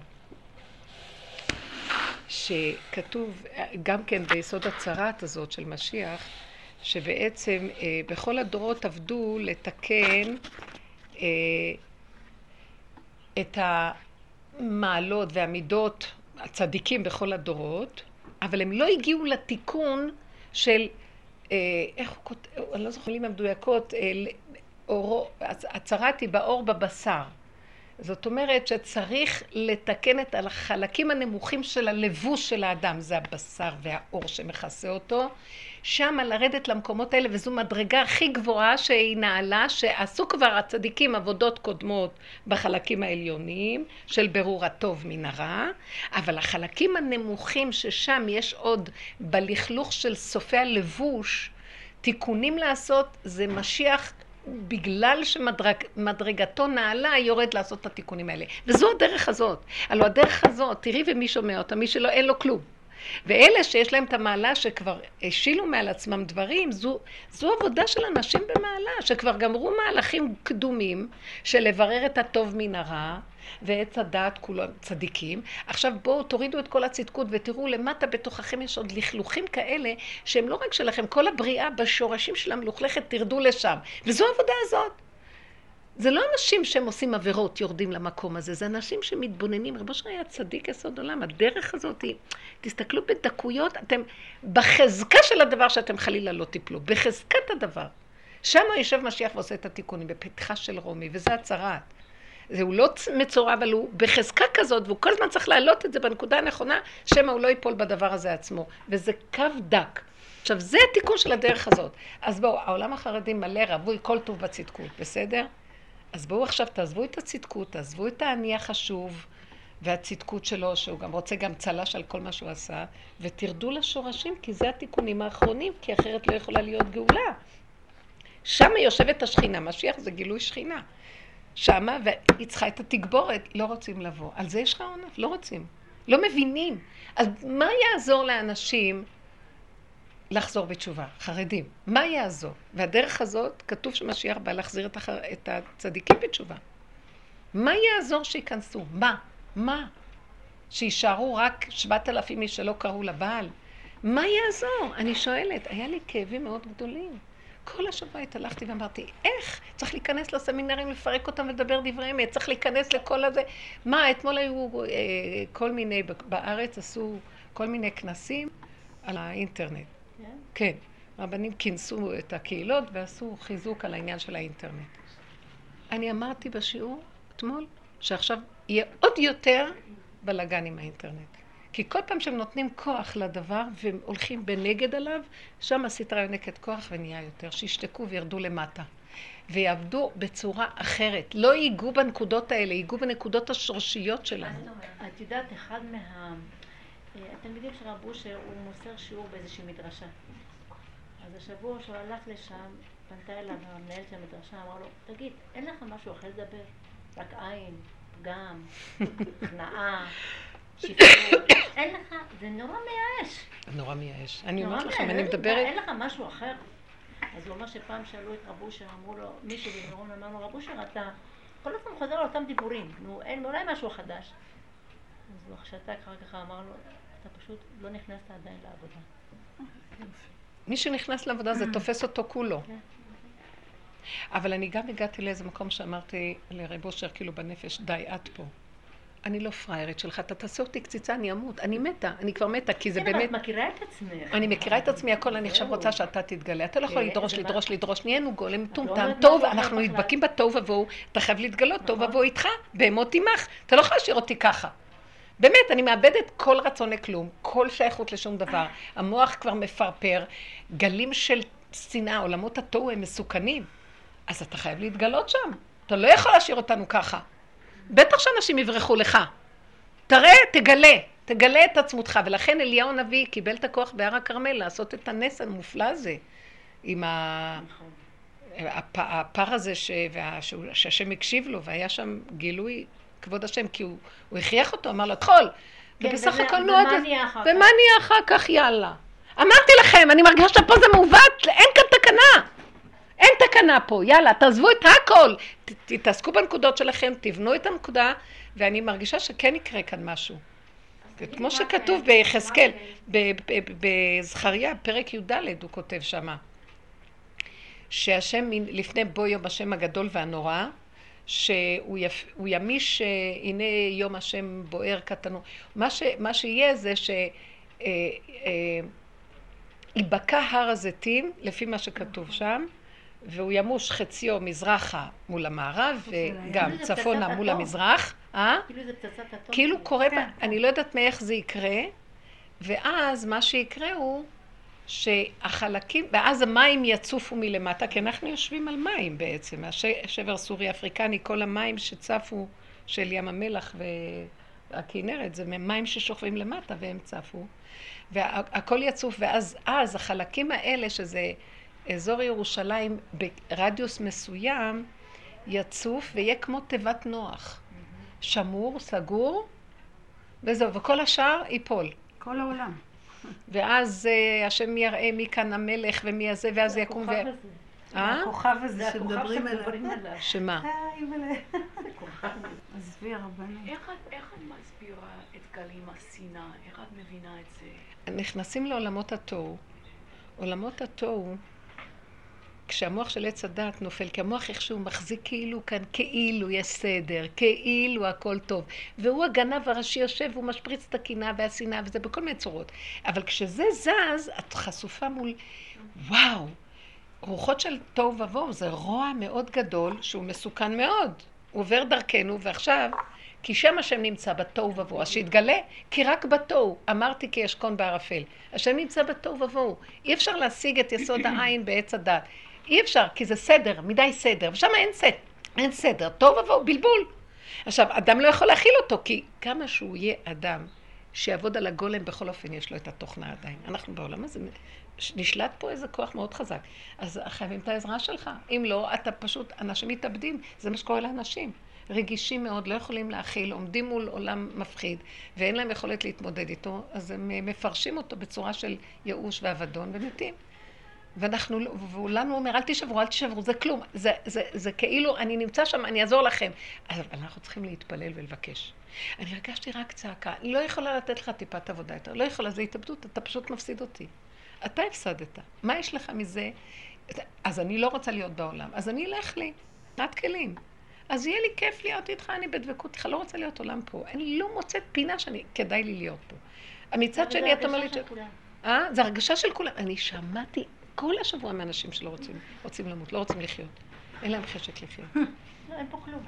שכתוב גם כן ביסוד הצרת הזאת של משיח, שבעצם אה, בכל הדורות עבדו לתקן אה, את המעלות והמידות הצדיקים בכל הדורות, אבל הם לא הגיעו לתיקון של, אה, איך הוא כותב, אני לא זוכר לי מהמדויקות, אה, אורו, הצרת היא באור בבשר. זאת אומרת שצריך לתקן את החלקים הנמוכים של הלבוש של האדם, זה הבשר והאור שמכסה אותו, שם לרדת למקומות האלה, וזו מדרגה הכי גבוהה שהיא נעלה, שעשו כבר הצדיקים עבודות קודמות בחלקים העליוניים, של ברור הטוב מן הרע, אבל החלקים הנמוכים ששם יש עוד בלכלוך של סופי הלבוש, תיקונים לעשות, זה משיח בגלל שמדרגתו נעלה, יורד לעשות את התיקונים האלה. וזו הדרך הזאת. הלוא הדרך הזאת, תראי ומי שומע אותה, מי שלא, אין לו כלום. ואלה שיש להם את המעלה שכבר השילו מעל עצמם דברים, זו, זו עבודה של אנשים במעלה, שכבר גמרו מהלכים קדומים של לברר את הטוב מן הרע, ואת הדעת כולם צדיקים. עכשיו בואו תורידו את כל הצדקות ותראו למטה בתוככם יש עוד לכלוכים כאלה, שהם לא רק שלכם, כל הבריאה בשורשים של המלוכלכת תרדו לשם. וזו העבודה הזאת. זה לא אנשים שהם עושים עבירות, יורדים למקום הזה, זה אנשים שמתבוננים. רבו שר היה צדיק יסוד עולם, הדרך הזאת היא, תסתכלו בדקויות, אתם, בחזקה של הדבר שאתם חלילה לא תיפלו, בחזקת הדבר. שם יושב משיח ועושה את התיקונים, בפתחה של רומי, וזה הצרת. זהו לא מצורע, אבל הוא בחזקה כזאת, והוא כל הזמן צריך להעלות את זה בנקודה הנכונה, שמה הוא לא ייפול בדבר הזה עצמו. וזה קו דק. עכשיו, זה התיקון של הדרך הזאת. אז בואו, העולם החרדי מלא רבוי, כל טוב בצדקות, בסדר? אז בואו עכשיו תעזבו את הצדקות, תעזבו את העני החשוב והצדקות שלו, שהוא גם רוצה גם צלש על כל מה שהוא עשה, ותרדו לשורשים, כי זה התיקונים האחרונים, כי אחרת לא יכולה להיות גאולה. שם יושבת השכינה, משיח זה גילוי שכינה. שמה, והיא צריכה את התגבורת, לא רוצים לבוא. על זה יש לך עונף, לא רוצים. לא מבינים. אז מה יעזור לאנשים לחזור בתשובה? חרדים. מה יעזור? והדרך הזאת, כתוב שמשיח בא להחזיר את, החר... את הצדיקים בתשובה. מה יעזור שיכנסו? מה? מה? שישארו רק שבעת אלפים איש שלא קראו לבעל? מה יעזור? אני שואלת, היה לי כאבים מאוד גדולים. כל השבוע התהלכתי ואמרתי, איך? צריך להיכנס לסמינרים, לפרק אותם ולדבר דברי אמת, צריך להיכנס לכל הזה. מה, אתמול היו אה, כל מיני, בארץ עשו כל מיני כנסים על האינטרנט. כן? כן. רבנים כינסו את הקהילות ועשו חיזוק על העניין של האינטרנט. אני אמרתי בשיעור אתמול, שעכשיו יהיה עוד יותר בלגן עם האינטרנט. כי כל פעם שהם נותנים כוח לדבר והם הולכים בנגד עליו, שם הסתרה יונקת כוח ונהיה יותר, שישתקו וירדו למטה. ויעבדו בצורה אחרת. לא ייגעו בנקודות האלה, ייגעו בנקודות השורשיות שלנו. את יודעת, אחד מה... התלמידים של רב אושר, הוא מוסר שיעור באיזושהי מדרשה. אז השבוע שהוא הלך לשם, פנתה אליו המנהל של המדרשה, אמר לו, תגיד, אין לך משהו אחר לדבר? רק עין, פגם, הכנעה, שפרות, אין לך, זה נורא מייאש. נורא מייאש. אני אומרת לכם, אני מדברת... אין לך משהו אחר? אז הוא אומר שפעם שאלו את רב אושר, אמרו לו, מישהו במירון אמר לו, רב אושר, אתה כל הזמן חוזר על אותם דיבורים, נו, אין, אולי משהו חדש. אז הוא שתק אחר כך אמר לו, אתה פשוט לא נכנסת עדיין לעבודה. מי שנכנס לעבודה זה תופס אותו כולו. אבל אני גם הגעתי לאיזה מקום שאמרתי לרב אושר, כאילו בנפש, די, את פה. אני לא פריירית שלך, אתה תעשה אותי קציצה, אני אמות, אני מתה, אני כבר מתה, כי זה באמת... כן, את מכירה את עצמך. אני מכירה את עצמי, הכל, אני עכשיו רוצה שאתה תתגלה. אתה לא יכול לדרוש, לדרוש, לדרוש, נהיינו גולם, טומטם, טוב, אנחנו נדבקים בתוהו ובוהו, אתה חייב להתגלות, תוהו ובוהו איתך, בהמות עמך, אתה לא יכול להשאיר אותי ככה. באמת, אני מאבדת כל רצון לכלום, כל שייכות לשום דבר. המוח כבר מפרפר, גלים של שנאה, עולמות התוהו הם מסוכנים. אז אתה חייב להתגלות שם. אתה לא יכול להשאיר אותנו ככה. בטח שאנשים יברחו לך. תראה, תגלה, תגלה את עצמותך. ולכן אליהו הנביא קיבל את הכוח בהר הכרמל לעשות את הנס המופלא הזה. עם ה... הפ... הפר הזה ש... וה... שהשם הקשיב לו, והיה שם גילוי כבוד השם, כי הוא, הוא הכריח אותו, אמר לו, תחול. כן, ובסך וזה... הכל ומה מאוד... נהיה אחר כך? ומה נהיה אחר כך, יאללה. אמרתי לכם, אני מרגישה שפה זה מעוות, אין כאן תקנה. אין תקנה פה, יאללה, תעזבו את הכל. ת, תתעסקו בנקודות שלכם, תבנו את הנקודה, ואני מרגישה שכן יקרה כאן משהו. כמו שכתוב ביחזקאל, בזכריה, פרק י"ד, הוא כותב שמה, שהשם לפני בו יום השם הגדול והנורא, שהוא יפ, הוא ימיש, הנה יום השם בוער קטנו. מה, ש, מה שיהיה זה ש... אה, אה, ייבקע הר הזיתים, לפי מה שכתוב שם, והוא ימוש חציו מזרחה מול המערב, וגם צפונה מול המזרח. כאילו זה פצצת אטום. כאילו קורה, אני לא יודעת מאיך זה יקרה, ואז מה שיקרה הוא שהחלקים, ואז המים יצופו מלמטה, כי אנחנו יושבים על מים בעצם, השבר סורי אפריקני, כל המים שצפו של ים המלח והכינרת, זה מים ששוכבים למטה והם צפו, והכל יצוף, ואז אז החלקים האלה, שזה אזור ירושלים ברדיוס מסוים, יצוף ויהיה כמו תיבת נוח, שמור, סגור, וזהו, וכל השאר ייפול. כל העולם. ואז uh, השם יראה מי כאן המלך ומי הזה, ואז זה יקום ו... אה? הכוכב הזה שמדברים עליו. שמה? עזבי הרבנות. איך את מסבירה את גלים השנאה? איך את מבינה את זה? נכנסים לעולמות התוהו. עולמות התוהו, כשהמוח של עץ הדת נופל, כי המוח איכשהו מחזיק כאילו כאן, כאילו יש סדר, כאילו הכל טוב. והוא הגנב הראשי יושב, הוא משפריץ את הקנאה והשנאה, וזה בכל מיני צורות. אבל כשזה זז, את חשופה מול, וואו, רוחות של תוהו ובוהו, זה רוע מאוד גדול, שהוא מסוכן מאוד. הוא עובר דרכנו, ועכשיו, כי שם השם נמצא בתוהו ובוהו, אז שיתגלה, כי רק בתוהו, אמרתי כי ישכון בערפל. השם נמצא בתוהו ובוהו. אי אפשר להשיג את יסוד העין בעץ הדת. אי אפשר, כי זה סדר, מדי סדר, ושם אין סדר, אין סדר, טוב ובוא, בלבול. עכשיו, אדם לא יכול להכיל אותו, כי כמה שהוא יהיה אדם שיעבוד על הגולם, בכל אופן יש לו את התוכנה עדיין. אנחנו בעולם הזה, נשלט פה איזה כוח מאוד חזק. אז חייבים את העזרה שלך. אם לא, אתה פשוט, אנשים מתאבדים, זה מה שקורה לאנשים. רגישים מאוד, לא יכולים להכיל, עומדים מול עולם מפחיד, ואין להם יכולת להתמודד איתו, אז הם מפרשים אותו בצורה של ייאוש ואבדון ומתים. ואנחנו, ולנו אומר, אל תשברו, אל תשברו, זה כלום, זה, זה, זה כאילו, אני נמצא שם, אני אעזור לכם. אבל אנחנו צריכים להתפלל ולבקש. אני הרגשתי רק צעקה, אני לא יכולה לתת לך טיפת עבודה יותר, לא יכולה, זה התאבדות, אתה פשוט מפסיד אותי. אתה הפסדת, מה יש לך מזה? אז אני לא רוצה להיות בעולם, אז אני אלך לי, מעט כלים. אז יהיה לי כיף להיות איתך, אני בדבקות איתך, לא רוצה להיות עולם פה. אני לא מוצאת פינה שאני, כדאי לי להיות פה. המצד שני, אתה אומר לי... אה? זה הרגשה של כולם. אני שמעתי כל השבוע מאנשים שלא רוצים, רוצים למות, לא רוצים לחיות. אין להם חשק לחיות. לא, אין פה כלום.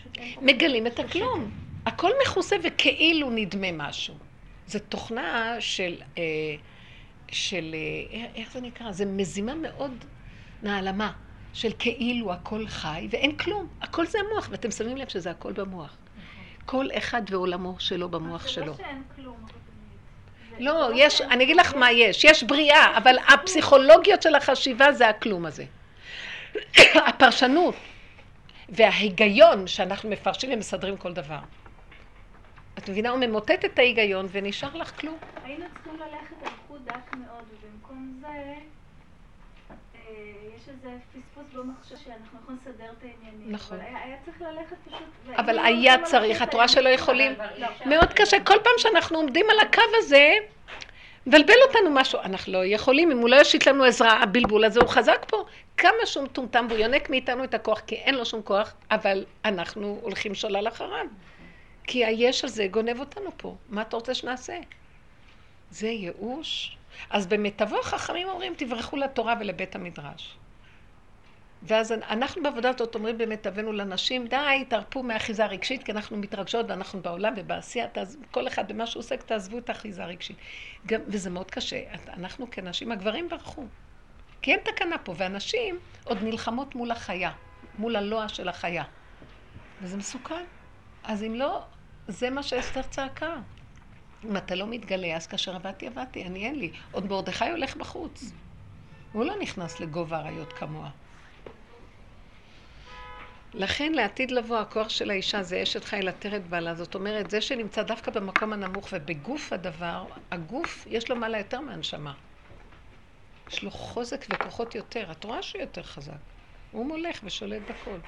פשוט אין פה... מגלים את הכלום. הכל מכוסה וכאילו נדמה משהו. זו תוכנה של, אה, של, אה, איך זה נקרא? זה מזימה מאוד נעלמה, של כאילו הכל חי ואין כלום. הכל זה המוח, ואתם שמים לב שזה הכל במוח. כל אחד ועולמו שלו במוח שלו. זה לא שאין כלום. זה- לא, זה יש, שאין אני אגיד לך כלום. מה יש. יש בריאה, אבל הפסיכולוגיות של החשיבה זה הכלום הזה. הפרשנות וההיגיון שאנחנו מפרשים ומסדרים כל דבר. את מבינה, הוא ממוטט את ההיגיון ונשאר לך כלום. היינו צריכים ללכת על חוט דק מאוד, ובמקום זה אה, יש איזה פספוס במחשב שאנחנו יכולים לסדר את העניינים. נכון. אבל היה, היה צריך ללכת פשוט... אבל והיינו היה הולכים צריך, ללכת את רואה על- שלא יכולים. לא. מאוד קשה, כל פעם שאנחנו עומדים על הקו הזה, מבלבל אותנו משהו. אנחנו לא יכולים, אם הוא לא יושיט לנו עזרה, הבלבול הזה הוא חזק פה. כמה שהוא מטומטם והוא יונק מאיתנו את הכוח, כי אין לו שום כוח, אבל אנחנו הולכים שולל אחריו. כי היש הזה גונב אותנו פה. מה אתה רוצה שנעשה? זה ייאוש. אז במיטבו החכמים אומרים, תברחו לתורה ולבית המדרש. ואז אנחנו בעבודה הזאת אומרים במיטבנו לנשים, די, תרפו מהאחיזה הרגשית, כי אנחנו מתרגשות ואנחנו בעולם ובעשייה, תעז... כל אחד במה שהוא עוסק, תעזבו את האחיזה הרגשית. גם, וזה מאוד קשה. אנחנו כנשים, הגברים ברחו. כי אין תקנה פה, ואנשים עוד נלחמות מול החיה, מול הלוע של החיה. וזה מסוכן. אז אם לא, זה מה שאסתר צעקה. אם אתה לא מתגלה, אז כאשר עבדתי, עבדתי, אני אין לי. עוד מרדכי הולך בחוץ. הוא לא נכנס לגובה אריות כמוה. לכן לעתיד לבוא הכוח של האישה זה אשת חיל עטרת בעלה. זאת אומרת, זה שנמצא דווקא במקום הנמוך ובגוף הדבר, הגוף יש לו מעלה יותר מהנשמה. יש לו חוזק וכוחות יותר. את רואה שהוא יותר חזק. הוא מולך ושולט בכל.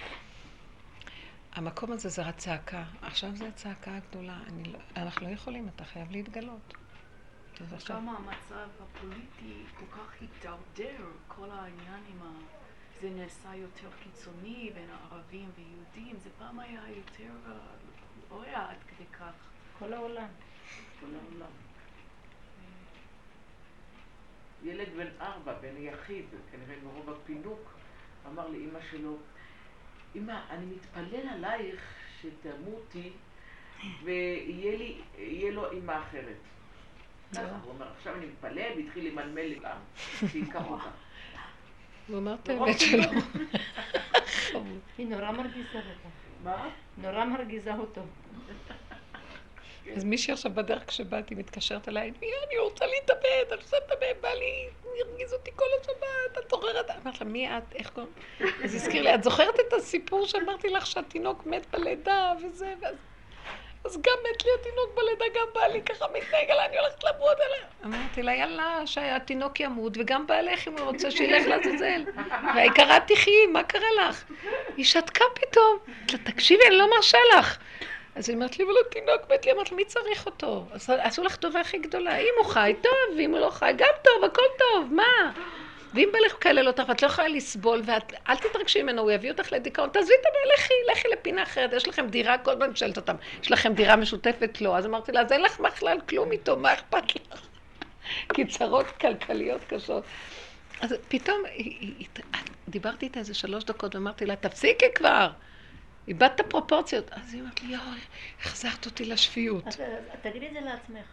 המקום הזה זה הצעקה. עכשיו זה הצעקה הגדולה. אני לא, אנחנו לא יכולים, אתה חייב להתגלות. טוב, עכשיו. כמה המצב הפוליטי כל כך התדרדר, כל העניין עם ה... זה נעשה יותר קיצוני בין הערבים ויהודים, זה פעם היה יותר... אה, לא היה עד כדי כך. כל העולם. כל העולם. ילד בן ארבע, בן יחיד, כנראה מרוב הפינוק, אמר לאמא שלו, אמא, אני מתפלל עלייך שתמותי ויהיה לי, יהיה לו אמא אחרת. ככה, הוא אומר, עכשיו אני מתפלל, והתחיל למלמל לי גם, שיקח אותה. הוא אמר את האמת שלו. היא נורא מרגיזה אותו. מה? נורא מרגיזה אותו. אז מישהי עכשיו בדרך כשבאתי מתקשרת אליי, אני רוצה להתאבד, אני רוצה להתאבד, בא לי, הרגיז אותי כל השבת, את זוכרת? אמרת לה, מי את? איך קוראים? אז הזכיר לי, את זוכרת את הסיפור שאמרתי לך שהתינוק מת בלידה וזה, ואז... אז גם מת לי התינוק בלידה, גם בעלי ככה מתנהג עליי, אני הולכת למות עליה. אמרתי לה, יאללה, שהתינוק ימות, וגם בעלך אם הוא רוצה שילך לעזאזל. והעיקרה תחי, מה קרה לך? היא שתקה פתאום. תקשיבי, אני לא מרשה לך. אז היא אמרת לי, אבל התינוק מת לי, אמרת לי, מי צריך אותו? אז עשו לך טובה הכי גדולה. אם הוא חי, טוב, ואם הוא לא חי, גם טוב, הכל טוב, מה? ואם בעלך כאלה אותך, ואת לא יכולה לסבול, ואל תתרגשי ממנו, הוא יביא אותך לדיכאון, תעזבי את הבעל, לכי, לכי לפינה אחרת, יש לכם דירה, כל הזמן שואלת אותם, יש לכם דירה משותפת? לא. אז אמרתי לה, אז אין לך בכלל כלום איתו, מה אכפת לך? כי צרות כלכליות קשות. אז פתאום, דיברתי איתה איזה שלוש דקות, ואמרתי לה, תפסיקי כבר, איבדת פרופורציות. אז היא אמרת לי, יואי, החזרת אותי לשפיות. אז תגידי את זה לעצמך.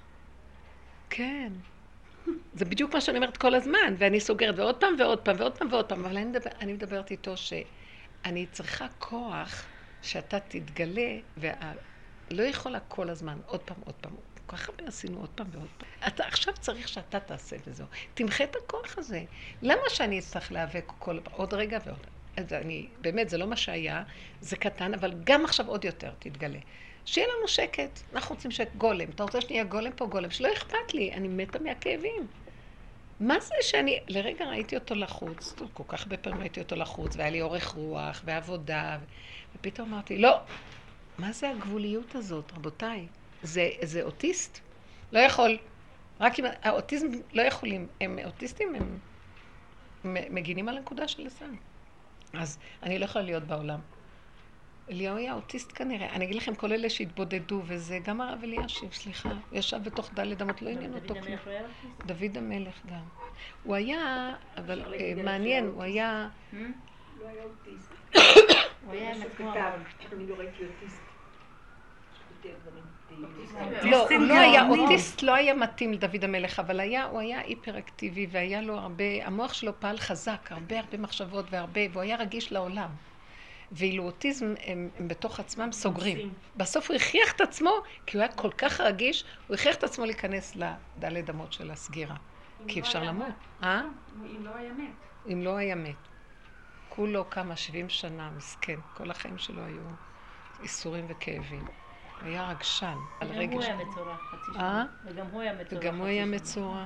כן. זה בדיוק מה שאני אומרת כל הזמן, ואני סוגרת ועוד פעם ועוד פעם ועוד פעם ועוד פעם, אבל אני, מדבר, אני מדברת איתו שאני צריכה כוח שאתה תתגלה, ולא יכולה כל הזמן, עוד פעם, עוד פעם, כל כך הרבה עשינו עוד פעם ועוד פעם. אתה עכשיו צריך שאתה תעשה וזהו. תמחה את הכוח הזה. למה שאני אצטרך להיאבק כל, עוד רגע ועוד? אז אני, באמת, זה לא מה שהיה, זה קטן, אבל גם עכשיו עוד יותר תתגלה. שיהיה לנו שקט, אנחנו רוצים שקט גולם, אתה רוצה שנהיה גולם פה גולם, שלא אכפת לי, אני מתה מהכאבים. מה זה שאני, לרגע ראיתי אותו לחוץ, טוב, כל כך הרבה פעמים ראיתי אותו לחוץ, והיה לי אורך רוח ועבודה, ופתאום אמרתי, לא, מה זה הגבוליות הזאת, רבותיי? זה, זה אוטיסט? לא יכול. רק אם, האוטיזם לא יכולים, הם אוטיסטים, הם מגינים על הנקודה של הסם. אז אני לא יכולה להיות בעולם. אליהו היה אוטיסט כנראה. אני אגיד לכם, כל אלה שהתבודדו, וזה גם הרב אלישיב, סליחה, ישב בתוך דלת אמות, לא עניין אותו כלום. דוד המלך גם. הוא היה, אבל מעניין, הוא היה... לא היה אוטיסט. הוא היה עם עצמו כתב, המון. אני לא ראיתי אוטיסט. שכותב דברים די- לא, הוא לא היה, אוטיסט לא היה מתאים לדוד המלך, אבל היה, הוא היה היפראקטיבי והיה לו הרבה, המוח שלו פעל חזק, הרבה הרבה מחשבות והרבה, והוא היה רגיש לעולם. ואילו אוטיזם הם, הם בתוך עצמם סוגרים. בסוף הוא הכריח את עצמו, כי הוא היה כל כך רגיש, הוא הכריח את עצמו להיכנס לדלת אמות של הסגירה. כי אפשר למות. אה? אם לא היה מת. אם לא היה מת. כולו כמה, שבעים שנה, מסכן. כל החיים שלו היו איסורים וכאבים. הוא היה רגשן. על וגם רגש. הוא היה מצורע חצי אה? שנה. וגם הוא היה מצורע וגם הוא חצי היה שנה. מצורע.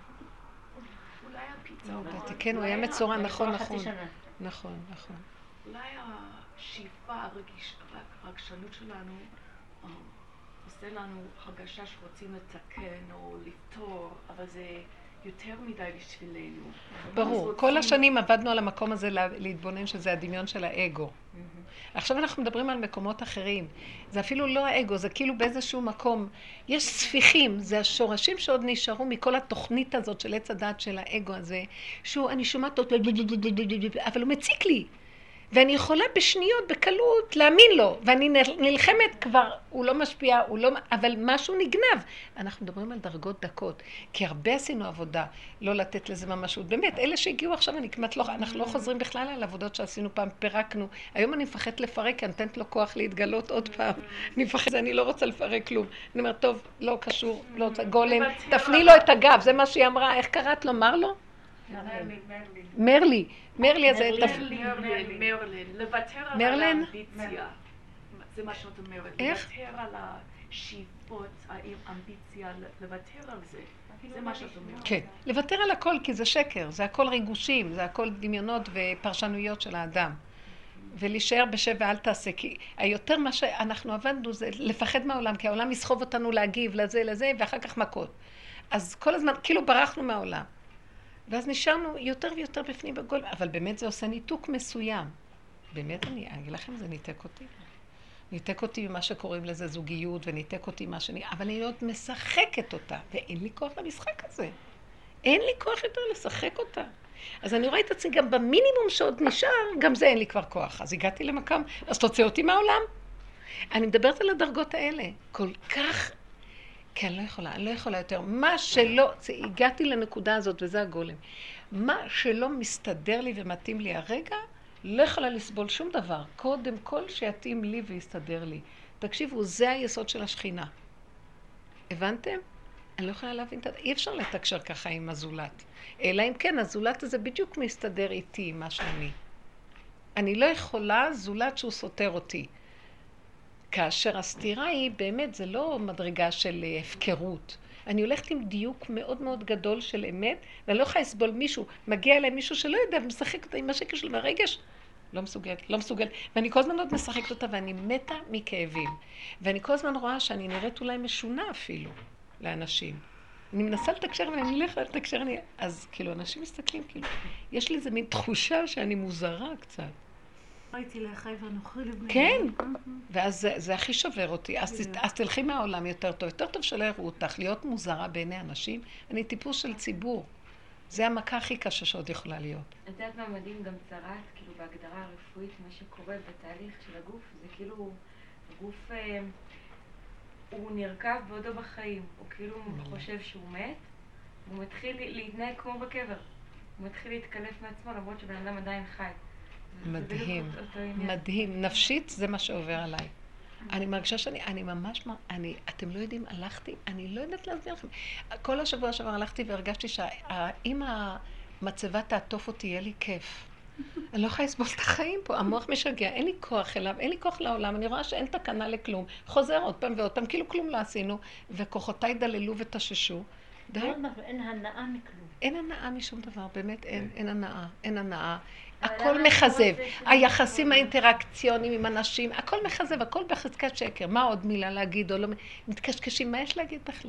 אולי הפיצה, לא ידעתי, כן, הוא היה מצורע, נכון, מצורע חצי נכון. שנה. נכון, נכון. אולי השאיפה, הרגיש- הרגשנות שלנו אה, עושה לנו הרגשה שרוצים לתקן או לפתור, אבל זה יותר מדי בשבילנו. ברור. אז כל רוצים- השנים עבדנו על המקום הזה לה- להתבונן שזה הדמיון של האגו. עכשיו אנחנו מדברים על מקומות אחרים. זה אפילו לא האגו, זה כאילו באיזשהו מקום. יש ספיחים, זה השורשים שעוד נשארו מכל התוכנית הזאת של עץ הדת של האגו הזה, שהוא, אני שומעת אותו, אבל הוא מציק לי. ואני יכולה בשניות, בקלות, להאמין לו, ואני נלחמת כבר, הוא לא משפיע, הוא לא, אבל משהו נגנב. אנחנו מדברים על דרגות דקות, כי הרבה עשינו עבודה, לא לתת לזה ממשות. באמת, אלה שהגיעו עכשיו, אני כמעט לא, אנחנו לא חוזרים בכלל על עבודות שעשינו פעם, פירקנו. היום אני מפחדת לפרק, אני נותנת לו כוח להתגלות עוד פעם. אני מפחדת, אני לא רוצה לפרק כלום. אני אומרת, טוב, לא קשור, לא רוצה, גולם, תפני לו את הגב, זה מה שהיא אמרה, איך קראת לו, מר לו? מרלין. מרלי, מרלי הזה, מרלין. מרלין, מרלין, לוותר על מרלין? האמביציה. זה מה שאת אומרת. איך? לוותר על השאיפות, האמביציה, לוותר על זה. זה מה שאת אומרת. כן, לוותר על הכל, כי זה שקר, זה הכל ריגושים, זה הכל דמיונות ופרשנויות של האדם. ולהישאר בשב ואל תעשה, כי היותר מה שאנחנו עבדנו זה לפחד מהעולם, כי העולם יסחוב אותנו להגיב לזה לזה, ואחר כך מכות. אז כל הזמן, כאילו ברחנו מהעולם. ואז נשארנו יותר ויותר בפנים בגול, אבל באמת זה עושה ניתוק מסוים. באמת אני אגיד לכם, זה ניתק אותי. ניתק אותי ממה שקוראים לזה זוגיות, וניתק אותי מה שאני... אבל אני עוד משחקת אותה, ואין לי כוח למשחק הזה. אין לי כוח יותר לשחק אותה. אז אני רואה את עצמי גם במינימום שעוד נשאר, גם זה אין לי כבר כוח. אז הגעתי למקום, אז תוציא אותי מהעולם. אני מדברת על הדרגות האלה. כל כך... כי אני לא יכולה, אני לא יכולה יותר. מה שלא, זה, הגעתי לנקודה הזאת, וזה הגולם. מה שלא מסתדר לי ומתאים לי הרגע, לא יכולה לסבול שום דבר. קודם כל שיתאים לי ויסתדר לי. תקשיבו, זה היסוד של השכינה. הבנתם? אני לא יכולה להבין, אי אפשר לתקשר ככה עם הזולת. אלא אם כן, הזולת הזה בדיוק מסתדר איתי, מה שאני. אני לא יכולה זולת שהוא סותר אותי. כאשר הסתירה היא, באמת, זה לא מדרגה של הפקרות. אני הולכת עם דיוק מאוד מאוד גדול של אמת, ואני לא יכולה לסבול מישהו, מגיע אליי מישהו שלא יודע, משחק אותה עם השקר שלו מהרגש, לא מסוגלת, לא מסוגלת. ואני כל הזמן עוד משחקת אותה, ואני מתה מכאבים. ואני כל הזמן רואה שאני נראית אולי משונה אפילו לאנשים. אני מנסה לתקשר ואני לא יכולה לתקשר, אני... אז כאילו, אנשים מסתכלים, כאילו, יש לי איזה מין תחושה שאני מוזרה קצת. ראיתי לאחי ואנוכי לבני. כן, ואז זה, זה הכי שובר אותי. אז, אז תלכי מהעולם יותר טוב. יותר טוב שלא יראו אותך, להיות מוזרה בעיני אנשים. אני טיפוס של ציבור. זה המכה הכי קשה שעוד יכולה להיות. את יודעת מה מדהים גם צרת, כאילו בהגדרה הרפואית, מה שקורה בתהליך של הגוף, זה כאילו, הגוף, אה, הוא נרכב בעודו בחיים. הוא כאילו חושב שהוא מת, והוא מתחיל להתנהג כמו בקבר. הוא מתחיל להתקלף מעצמו, למרות שבן אדם עדיין חי. מדהים, מדהים. נפשית זה מה שעובר עליי. אני מרגישה שאני, אני ממש, אני, אתם לא יודעים, הלכתי, אני לא יודעת להסביר לכם. כל השבוע שעבר הלכתי והרגשתי שאם המצבה תעטוף אותי, יהיה לי כיף. אני לא יכולה לסבול את החיים פה, המוח משגע, אין לי כוח אליו, אין לי כוח לעולם, אני רואה שאין תקנה לכלום. חוזר עוד פעם ועוד פעם, כאילו כלום לא עשינו, וכוחותיי דללו ותששו. די. אין הנאה מכלום. אין הנאה משום דבר, באמת אין, אין הנאה, אין הנאה. הכל מחזב, היחסים האינטראקציוניים עם אנשים, הכל מחזב, הכל בחזקת שקר. מה עוד מילה להגיד או לא, מתקשקשים, מה יש להגיד בכלל?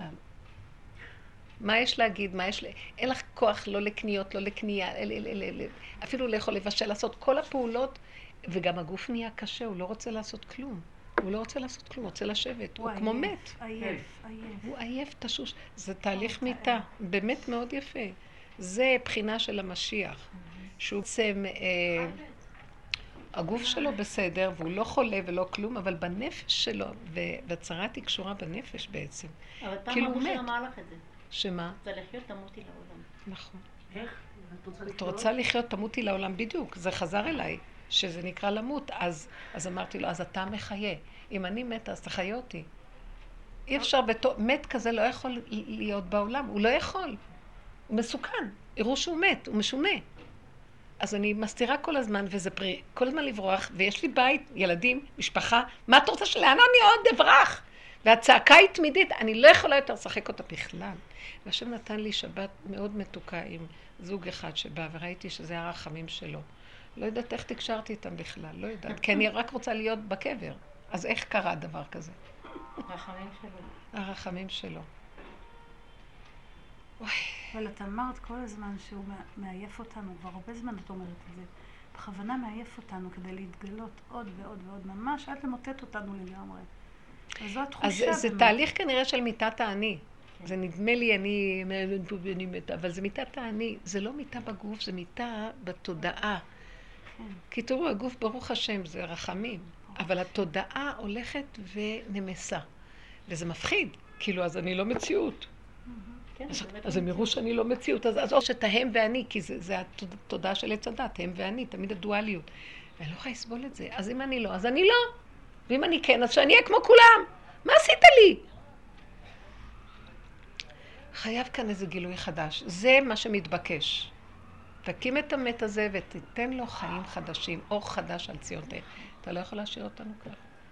מה יש להגיד, מה יש, אין לך כוח לא לקניות, לא לקנייה, אפילו לאכול לבשל, לעשות כל הפעולות, וגם הגוף נהיה קשה, הוא לא רוצה לעשות כלום. הוא לא רוצה לעשות כלום, הוא רוצה לשבת, הוא כמו מת. עייף, עייף. הוא עייף, תשוש. זה תהליך מיטה, באמת מאוד יפה. זה בחינה של המשיח, שהוא בעצם, הגוף שלו בסדר, והוא לא חולה ולא כלום, אבל בנפש שלו, והצרת היא קשורה בנפש בעצם. אבל פעם כאילו אבו הוא מת. שאמר לך את זה. שמה? זה לחיות תמותי לעולם. נכון. איך? את רוצה את לחיות? רוצה לחיות, תמותי לעולם בדיוק. זה חזר אליי, שזה נקרא למות. אז, אז אמרתי לו, אז אתה מחיה. אם אני מתה, אז תחיה אותי. אי אפשר, בתו, מת כזה לא יכול להיות בעולם. הוא לא יכול. הוא מסוכן. יראו שהוא מת, הוא משונה. אז אני מסתירה כל הזמן, וזה פרי, כל הזמן לברוח, ויש לי בית, ילדים, משפחה. מה אתה רוצה שלאן אני עוד אברח? והצעקה היא תמידית, אני לא יכולה יותר לשחק אותה בכלל. והשם נתן לי שבת מאוד מתוקה עם זוג אחד שבא, וראיתי שזה הרחמים שלו. לא יודעת איך תקשרתי איתם בכלל, לא יודעת, כי אני רק רוצה להיות בקבר. אז איך קרה דבר כזה? הרחמים שלו. הרחמים שלו. אבל את אמרת כל הזמן שהוא מעייף אותנו, כבר הרבה זמן את אומרת את זה. בכוונה מעייף אותנו כדי להתגלות עוד ועוד ועוד, ממש עד למוטט אותנו לגמרי. אז זו התחושה. אז זה תהליך כנראה של מיטת האני. זה נדמה לי, אני אני מתה, אבל זה מיטת האני. זה לא מיטה בגוף, זה מיטה בתודעה. כי תראו, הגוף ברוך השם זה רחמים, אבל התודעה הולכת ונמסה. וזה מפחיד, כאילו אז אני לא מציאות. אז הם יראו שאני לא מציאות, אז או שתהם ואני, כי זה התודעה של עץ הדת, הם ואני, תמיד הדואליות. ואני לא יכולה לסבול את זה, אז אם אני לא, אז אני לא. ואם אני כן, אז שאני אהיה כמו כולם. מה עשית לי? חייב כאן איזה גילוי חדש. זה מה שמתבקש. תקים את המת הזה ותיתן לו חיים חדשים, אור חדש על ציונתך. אתה לא יכול להשאיר אותנו כך.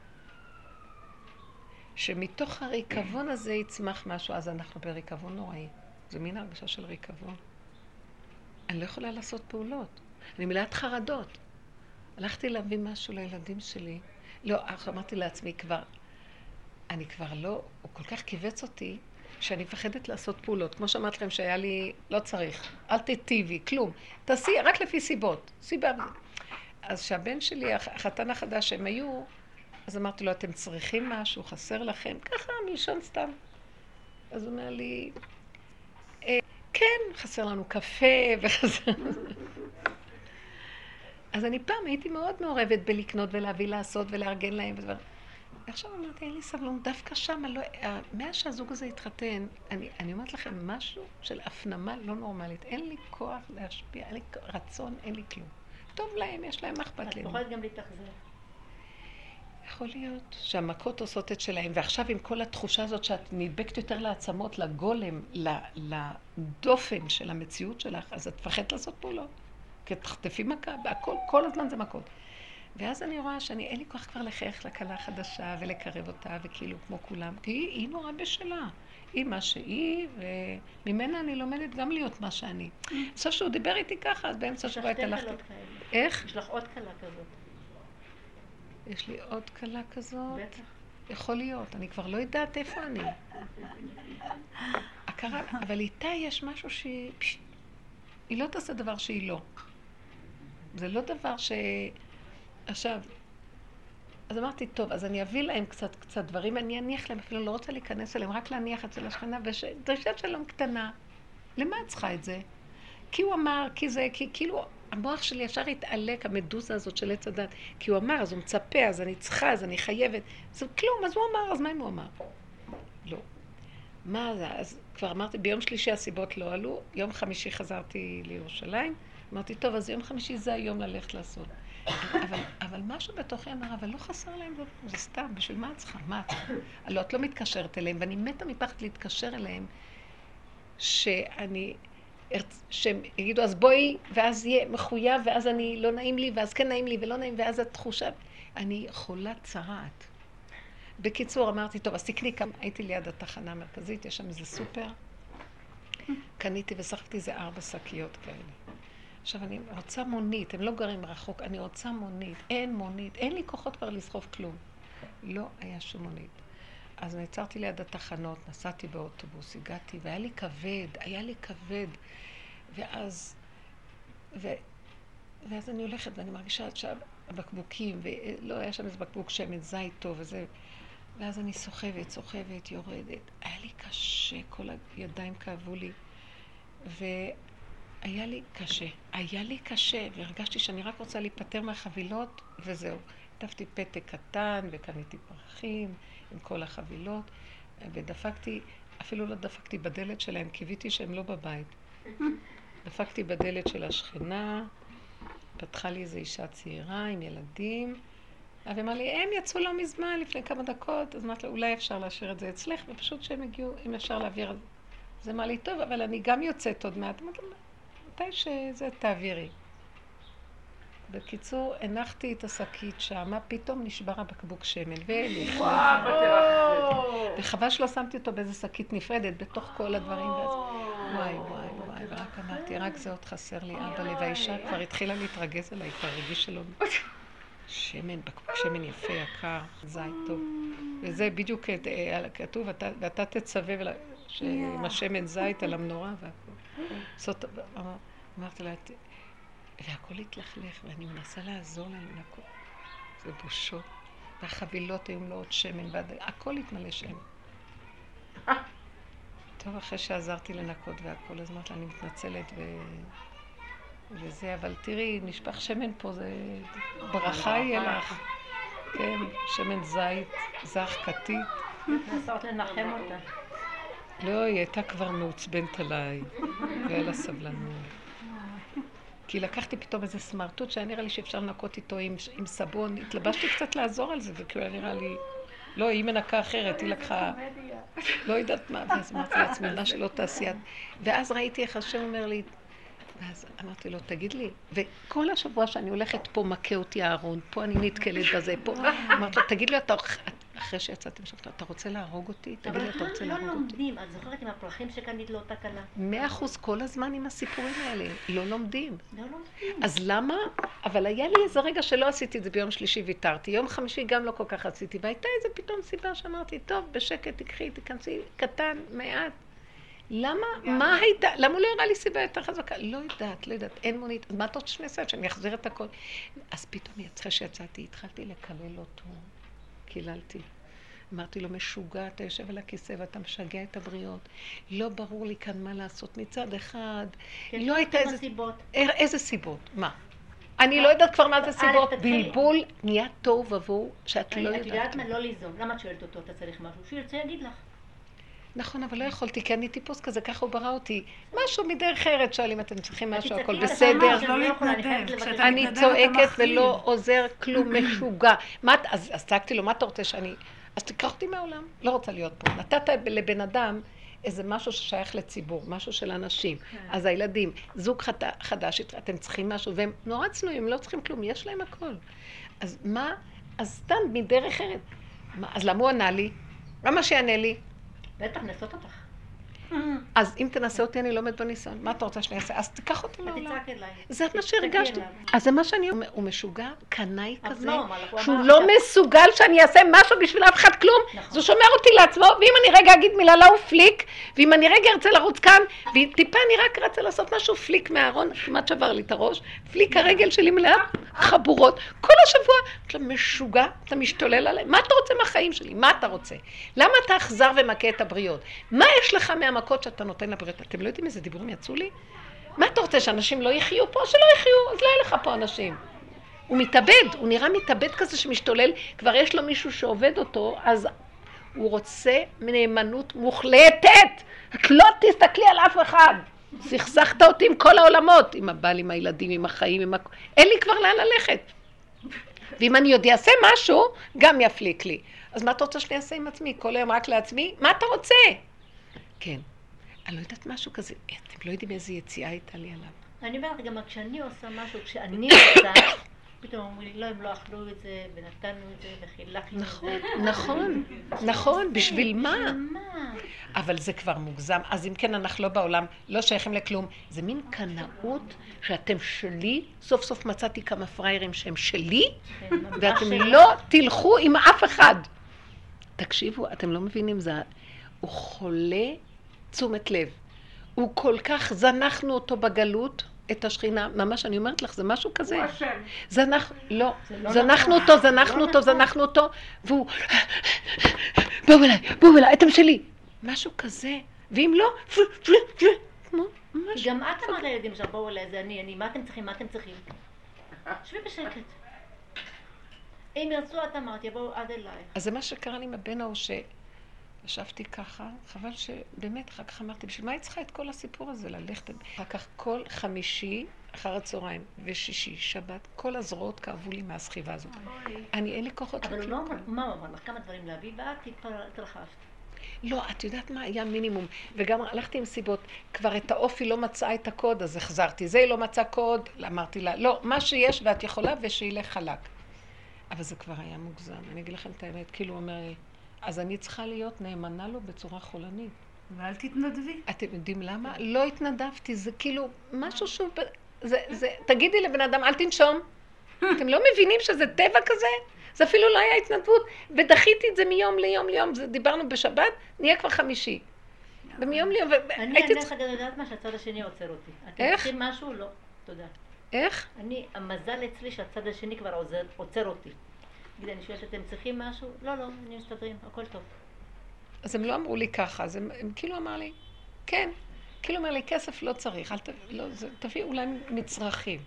שמתוך הריקבון הזה יצמח משהו, אז אנחנו בריקבון נוראי. זה מין הרגשה של ריקבון. אני לא יכולה לעשות פעולות. אני מלאת חרדות. הלכתי להביא משהו לילדים שלי. לא, אמרתי לעצמי כבר, אני כבר לא, הוא כל כך קיבץ אותי, שאני מפחדת לעשות פעולות. כמו שאמרת לכם שהיה לי, לא צריך, אל תטיבי, כלום. תעשי רק לפי סיבות. סיבה. אז שהבן שלי, החתן החדש שהם היו, אז אמרתי לו, אתם צריכים משהו, חסר לכם? ככה, מלשון סתם. אז הוא אומר לי, אה, כן, חסר לנו קפה וחסר... אז אני פעם הייתי מאוד מעורבת בלקנות ולהביא לעשות ולארגן להם ודבר. ועכשיו אמרתי, אין לי סבלון, דווקא שם, לא, מאז שהזוג הזה התחתן, אני, אני אומרת לכם, משהו של הפנמה לא נורמלית. אין לי כוח להשפיע, אין לי רצון, אין לי כלום. טוב להם, יש להם אכפת להם. את יכולת גם להתאכזר. יכול להיות שהמכות עושות את שלהם, ועכשיו עם כל התחושה הזאת שאת נדבקת יותר לעצמות, לגולם, לדופן של המציאות שלך, אז את פחדת לעשות פעולות. כי תחטפי מכה, הכל, כל הזמן זה מכות. ואז אני רואה שאני, אין לי כוח כבר לחייך לכלה החדשה ולקרב אותה, וכאילו כמו כולם, כי היא, היא נורא בשלה. היא מה שהיא, וממנה אני לומדת גם להיות מה שאני. בסוף שהוא דיבר איתי ככה, אז באמצע שבוע הייתה לך... איך? יש לך עוד קלה כזאת. יש לי עוד קלה כזאת? בטח. יכול להיות, אני כבר לא יודעת איפה אני. הכרה, אבל איתה יש משהו שהיא... היא לא תעשה דבר שהיא לא. זה לא דבר ש... עכשיו, אז אמרתי, טוב, אז אני אביא להם קצת, קצת דברים, אני אניח להם, אפילו לא רוצה להיכנס אליהם, רק להניח אצל השכנה, ודרישת שלום קטנה. למה את צריכה את זה? כי הוא אמר, כי זה, כי כאילו, המוח שלי ישר התעלק, המדוזה הזאת של עץ הדת, כי הוא אמר, אז הוא מצפה, אז אני צריכה, אז אני חייבת. זה כלום, אז הוא אמר, אז מה אם הוא אמר? לא. מה זה? אז כבר אמרתי, ביום שלישי הסיבות לא עלו, יום חמישי חזרתי לירושלים, אמרתי, טוב, אז יום חמישי זה היום ללכת לעשות. אבל, אבל משהו בתוכי אמר, אבל לא חסר להם דבר, זה סתם, בשביל מה את צריכה? מה את צריכה? הלא, את לא מתקשרת אליהם, ואני מתה מפחד להתקשר אליהם, שאני, שהם יגידו, אז בואי, ואז יהיה מחויב, ואז אני לא נעים לי, ואז כן נעים לי, ולא נעים, ואז התחושה, אני חולת צרעת. בקיצור, אמרתי, טוב, אז תקני כמה, הייתי ליד התחנה המרכזית, יש שם איזה סופר, קניתי וסחבתי איזה ארבע שקיות כאלה. עכשיו, אני רוצה מונית, הם לא גרים רחוק, אני רוצה מונית, אין מונית, אין לי כוחות כבר לסחוב כלום. לא היה שום מונית. אז נעצרתי ליד התחנות, נסעתי באוטובוס, הגעתי, והיה לי כבד, היה לי כבד. ואז, ו, ואז אני הולכת, ואני מרגישה שהבקבוקים, ולא היה שם איזה בקבוק שמן, זית טוב וזה. ואז אני סוחבת, סוחבת, יורדת. היה לי קשה, כל הידיים כאבו לי. ו... היה לי קשה, היה לי קשה, והרגשתי שאני רק רוצה להיפטר מהחבילות, וזהו. כתבתי פתק קטן, וקניתי פרחים עם כל החבילות, ודפקתי, אפילו לא דפקתי בדלת שלהם, קיוויתי שהם לא בבית. דפקתי בדלת של השכנה, פתחה לי איזו אישה צעירה עם ילדים, ואמר לי, הם יצאו לא מזמן, לפני כמה דקות, אז אמרת לה, אולי אפשר להשאיר את זה אצלך, ופשוט שהם הגיעו, אם אפשר להעביר את זה. זה אמר לי, טוב, אבל אני גם יוצאת עוד מעט. אמרתי לה, מתי שזה תעבירי. בקיצור, הנחתי את השקית שמה, פתאום נשבר הבקבוק שמן, ואלי. וחבל שלא שמתי אותו באיזה שקית נפרדת, בתוך כל הדברים. וואי, וואי, וואי, ורק אמרתי, רק זה עוד חסר לי, אבא לי, והאישה כבר התחילה להתרגז עליי, כבר רגיש שלו. שמן, בקבוק שמן יפה, יקר, זית טוב. וזה בדיוק כתוב, ואתה תצווה עם השמן זית על המנורה והכל. אמרתי לה, והכל התלכלך, ואני מנסה לעזור להם לכל. זה בושות. והחבילות היו מלאות שמן, והכל התמלא שמן. טוב, אחרי שעזרתי לנקות והכל, אז אמרת לה, אני מתנצלת ו... וזה, אבל תראי, נשפך שמן פה, זה ברכה יהיה לך. כן, שמן זית, זך קטית. נסות לנחם אותה. לא, היא הייתה כבר מעוצבנת עליי, והיה לה סבלנות. כי לקחתי פתאום איזה סמרטוט שהיה נראה לי שאפשר לנקות איתו עם, עם סבון. התלבשתי קצת לעזור על זה, וכאילו נראה לי... לא, היא מנקה אחרת, היא לקחה... לא יודעת מה, ואז אמרתי לעצמי, מה שלא תעשיית. ואז ראיתי איך השם אומר לי, ואז אמרתי לו, תגיד לי, וכל השבוע שאני הולכת פה מכה אותי הארון, פה אני נתקלת בזה, פה... אמרתי לו, תגיד לי, אתה... אחרי שיצאתי משם, אתה רוצה להרוג אותי? תגיד לי, אתה רוצה להרוג אותי? לא לומדים, את זוכרת עם הפרחים שקנית לו אותה קלה? מאה אחוז כל הזמן עם הסיפורים האלה, לא לומדים. לא לומדים. אז למה? אבל היה לי איזה רגע שלא עשיתי את זה ביום שלישי ויתרתי, יום חמישי גם לא כל כך עשיתי, והייתה איזה פתאום סיבה שאמרתי, טוב, בשקט, תקחי, תכנסי, קטן, מעט. למה? מה הייתה? למה הוא לא הראה לי סיבה יותר חזקה? לא יודעת, לא יודעת, אין מונית. אז מה אתה רוצה שאני אעשה? שאני אחזיר את הכל? אז פתאום יצא שיצאתי, התחלתי לקבל אותו, קיללתי. אמרתי לו, משוגע, אתה יושב על הכיסא ואתה משגע את הבריות. לא ברור לי כאן מה לעשות מצד אחד. לא הייתה איזה... סיבות. איזה סיבות? מה? אני לא יודעת כבר מה זה סיבות. בלבול נהיה טוב עבור שאת לא יודעת. את יודעת מה? לא ליזום. למה את שואלת אותו, אתה צריך משהו? שהוא ירצה להגיד לך. נכון, אבל לא יכולתי, כי אני טיפוס כזה, ככה הוא ברא אותי. משהו מדרך ארץ שואלים, אתם צריכים משהו, הכל בסדר. אני צועקת ולא עוזר כלום, משוגע. אז צעקתי לו, מה אתה רוצה שאני... אז תקרא אותי מהעולם, לא רוצה להיות פה. נתת לבן אדם איזה משהו ששייך לציבור, משהו של אנשים. אז הילדים, זוג חדש, אתם צריכים משהו, והם נורא צנועים, הם לא צריכים כלום, יש להם הכל. אז מה? אז סתם מדרך אחרת. אז למה הוא ענה לי? למה שיענה לי? בטח, נסות אותך. אז אם תנסה אותי, אני לא עומד בניסיון. מה אתה רוצה שאני אעשה? אז תיקח אותי מהעולם. זה מה שהרגשתי. אז זה מה שאני אומר. הוא משוגע, קנאי כזה, שהוא לא מסוגל שאני אעשה משהו בשביל אף אחד כלום. אז הוא שומר אותי לעצמו, ואם אני רגע אגיד מילה לא הוא פליק, ואם אני רגע ארצה לרוץ כאן, וטיפה אני רק רצה לעשות משהו פליק מהארון, כמעט שבר לי את הראש, פליק הרגל שלי מלאה חבורות. כל השבוע, אתה משוגע, אתה משתולל עליי. מה אתה רוצה מהחיים שלי? מה אתה רוצה? למה אתה אכזר ומכה את הבריות? מה יש לך מהמכות שאתה נותן לבריות? אתם לא יודעים איזה דיבורים יצאו לי? מה אתה רוצה, שאנשים לא יחיו פה? שלא יחיו, אז לא יהיה לך פה אנשים. הוא מתאבד, הוא נראה מתאבד כזה שמשתולל, כבר יש לו מישהו שעובד אותו, אז הוא רוצה נאמנות מוחלטת. את לא תסתכלי על אף אחד. סכסכת אותי עם כל העולמות, עם הבעל, עם הילדים, עם החיים, עם הכ... אין לי כבר לאן ללכת. ואם אני עוד אעשה משהו, גם יפליק לי. אז מה אתה רוצה שאני אעשה עם עצמי? כל היום רק לעצמי? מה אתה רוצה? כן. אני לא יודעת משהו כזה. אתם לא יודעים איזה יציאה הייתה לי עליו. אני אומרת, גם כשאני עושה משהו, כשאני עושה, פתאום אומרים לי, לא, הם לא אכלו את זה, ונתנו את זה, וחילקנו את זה. נכון, נכון, בשביל מה? אבל זה כבר מוגזם. אז אם כן, אנחנו לא בעולם, לא שייכים לכלום. זה מין קנאות שאתם שלי, סוף סוף מצאתי כמה פריירים שהם שלי, ואתם לא תלכו עם אף אחד. תקשיבו, אתם לא מבינים, זה... הוא חולה תשומת לב. הוא כל כך זנחנו אותו בגלות, את השכינה, ממש אני אומרת לך, זה משהו כזה. הוא אשם. זנחנו, לא, זנחנו אותו, זנחנו אותו, זנחנו אותו, והוא, בואו אליי, בואו אליי, אתם שלי. משהו כזה, ואם לא, כמו, כי ממש. גם את אמרת לילדים שלך, בואו אליי, זה אני, אני, מה אתם צריכים, מה אתם צריכים? שבי בשקט. אם ירצו, את אמרת, יבואו עד אלייך. אז זה מה שקרה לי עם הבן ההוא שישבתי ככה, חבל שבאמת, אחר כך אמרתי, בשביל מה היא צריכה את כל הסיפור הזה, ללכת, אחר כך כל חמישי, אחר הצהריים ושישי, שבת, כל הזרועות כאבו לי מהסחיבה הזאת. אני, אין לי כוחות אבל לכלום. לא, מה הוא אמר לך? כמה דברים להביא, ואת התרחבת. לא, את יודעת מה? היה מינימום. וגם הלכתי עם סיבות. כבר את האופי לא מצאה את הקוד, אז החזרתי. זה היא לא מצאה קוד, אמרתי לה, לא, מה שיש ואת יכולה ושילך חלק. אבל זה כבר היה מוגזם. אני אגיד לכם את האמת, כאילו הוא אומר לי, אז אני צריכה להיות נאמנה לו בצורה חולנית. ואל תתנדבי. אתם יודעים למה? לא התנדבתי, זה כאילו משהו שהוא... זה, זה, תגידי לבן אדם, אל תנשום. אתם לא מבינים שזה טבע כזה? זה אפילו לא היה התנדבות, ודחיתי את זה מיום ליום ליום, זה דיברנו בשבת, נהיה כבר חמישי. ומיום ליום, אני אענה לך גם לדעת מה שהצד השני עוצר אותי. אתם צריכים משהו? לא. תודה. איך? אני, המזל אצלי שהצד השני כבר עוצר אותי. תגיד, אני שואלת, אתם צריכים משהו? לא, לא, אני מסתדרים, הכל טוב. אז הם לא אמרו לי ככה, אז הם, הם כאילו אמר לי, כן, כאילו אמר לי, כסף לא צריך, אל ת, לא, זה, תביא אולי מצרכים.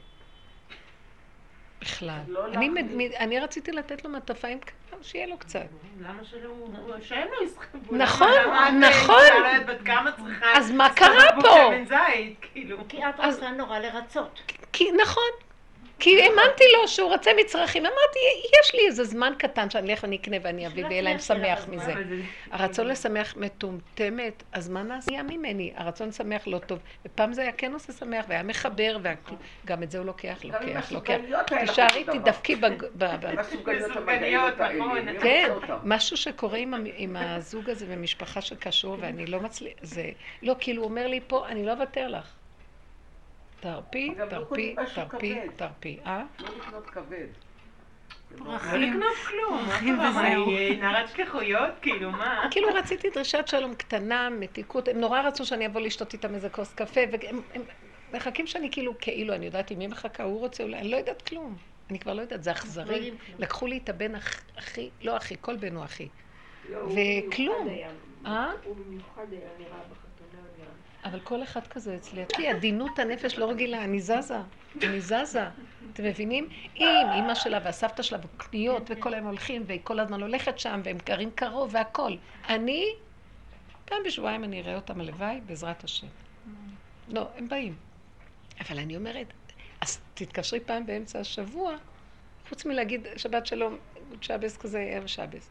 בכלל. אני, מד, אני רציתי לתת לו מטפיים כמה, שיהיה לו קצת. למה שלא, שהם לא יסחבו? נכון, נכון. צריכה... אז מה קרה פה? כי את רוצה נורא לרצות. כי, נכון. כי האמנתי לו שהוא רוצה מצרכים. אמרתי, יש לי איזה זמן קטן שאני אלך ואני אקנה ואני אביא ויהיה להם שמח מזה. הרצון לשמח מטומטמת, אז מה נעשייה ממני? הרצון לשמח לא טוב. ופעם זה היה כן עושה שמח והיה מחבר, וגם את זה הוא לוקח, לוקח, לוקח. תשארי, תדפקי בסופגניות האלה. כן, משהו שקורה עם הזוג הזה במשפחה שקשור ואני לא מצליח, זה לא, כאילו הוא אומר לי פה, אני לא אוותר לך. תרפי, תרפי, תרפי, תרפי, אה? לא לקנות כבד. לא לקנות כלום, מה קרה? מה היא נערת שכחויות? כאילו, מה? כאילו רציתי דרישת שלום קטנה, מתיקות, הם נורא רצו שאני אבוא לשתות איתם איזה כוס קפה, והם מחכים שאני כאילו, כאילו, אני יודעת אם מי מחכה, הוא רוצה אולי, אני לא יודעת כלום. אני כבר לא יודעת, זה אכזרי. לקחו לי את הבן הכי, לא הכי, כל בן הוא הכי. וכלום. אה? הוא במיוחד היה נראה בחתונה, נראה. אבל כל אחד כזה אצלי, כי עדינות הנפש לא רגילה, אני זזה, אני זזה. אתם מבינים? אם אמא שלה והסבתא שלה וקניות וכל הם הולכים והיא כל הזמן הולכת שם והם גרים קרוב והכל. אני, פעם בשבועיים אני אראה אותם הלוואי בעזרת השם. לא, הם באים. אבל אני אומרת, אז תתקשרי פעם באמצע השבוע, חוץ מלהגיד שבת שלום, שבס כזה, ערב שבס.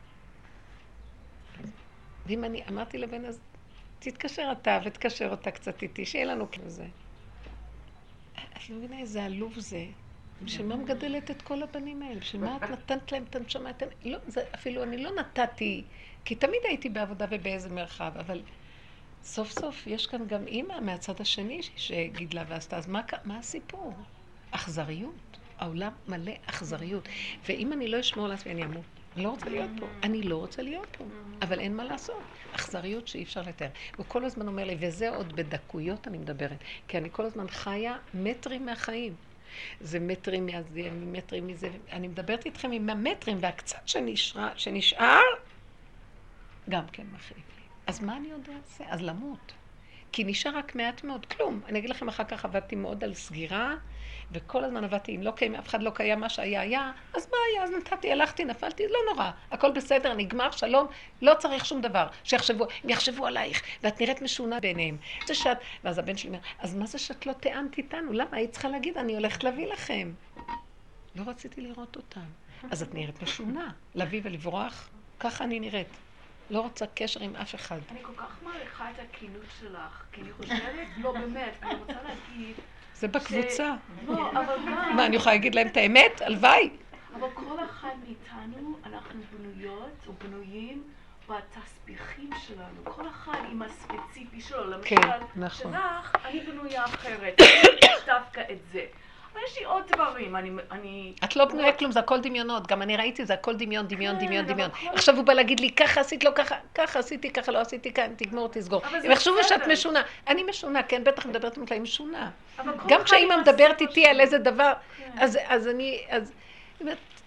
ואם אני אמרתי לבן אז, תתקשר אתה ותקשר אותה קצת איתי, שיהיה לנו כזה. את לא מבינה איזה עלוב זה. בשביל מה מגדלת את כל הבנים האלה? בשביל מה את נתנת להם את הנשמה? לא, זה, אפילו אני לא נתתי, כי תמיד הייתי בעבודה ובאיזה מרחב, אבל סוף סוף יש כאן גם אימא מהצד השני שגידלה ועשתה. אז מה, מה הסיפור? אכזריות. העולם מלא אכזריות. ואם אני לא אשמור לעצמי, אני אמות. אני לא רוצה להיות פה. אני לא רוצה להיות פה. אבל אין מה לעשות. אכזריות שאי אפשר לתאר. הוא כל הזמן אומר לי, וזה עוד בדקויות אני מדברת, כי אני כל הזמן חיה מטרים מהחיים. זה מטרים מהזה, מטרים מזה. אני מדברת איתכם עם המטרים, והקצת שנשאר, שנשאר גם כן מכאיב לי. אז מה אני יודע לעשות? אז למות. כי נשאר רק מעט מאוד, כלום. אני אגיד לכם, אחר כך עבדתי מאוד על סגירה, וכל הזמן עבדתי, אם לא קיים, אף אחד לא קיים מה שהיה היה, אז מה היה? אז נתתי, הלכתי, נפלתי, לא נורא. הכל בסדר, נגמר, שלום, לא צריך שום דבר. שיחשבו, הם יחשבו עלייך, ואת נראית משונה ביניהם. זה שאת, ואז הבן שלי אומר, אז מה זה שאת לא טענת איתנו? למה? היית צריכה להגיד, אני הולכת להביא לכם. לא רציתי לראות אותם. אז את נראית משונה, להביא ולברוח, ככה אני נראית. לא רוצה קשר עם אף אחד. אני כל כך מעריכה את הכנות שלך, כי אני חושבת, לא באמת, אני רוצה להגיד... זה בקבוצה. לא, אבל גם... מה, אני יכולה להגיד להם את האמת? הלוואי. אבל כל אחד מאיתנו, אנחנו בנויות או בנויים בתסביכים שלנו. כל אחד עם הספציפי שלו. למשל, שלך, אני בנויה אחרת. יש דווקא את זה. אבל יש לי עוד דברים, אני... את לא בנויה כלום, זה הכל דמיונות. גם אני ראיתי, זה הכל דמיון, דמיון, דמיון, דמיון. עכשיו הוא בא להגיד לי, ככה עשית, לא ככה, ככה עשיתי, ככה לא עשיתי, כאן, תגמור, תסגור. הם יחשבו שאת משונה. אני משונה, כן, בטח מדברת עם כליים משונה. גם כשאימא מדברת איתי על איזה דבר, אז אני...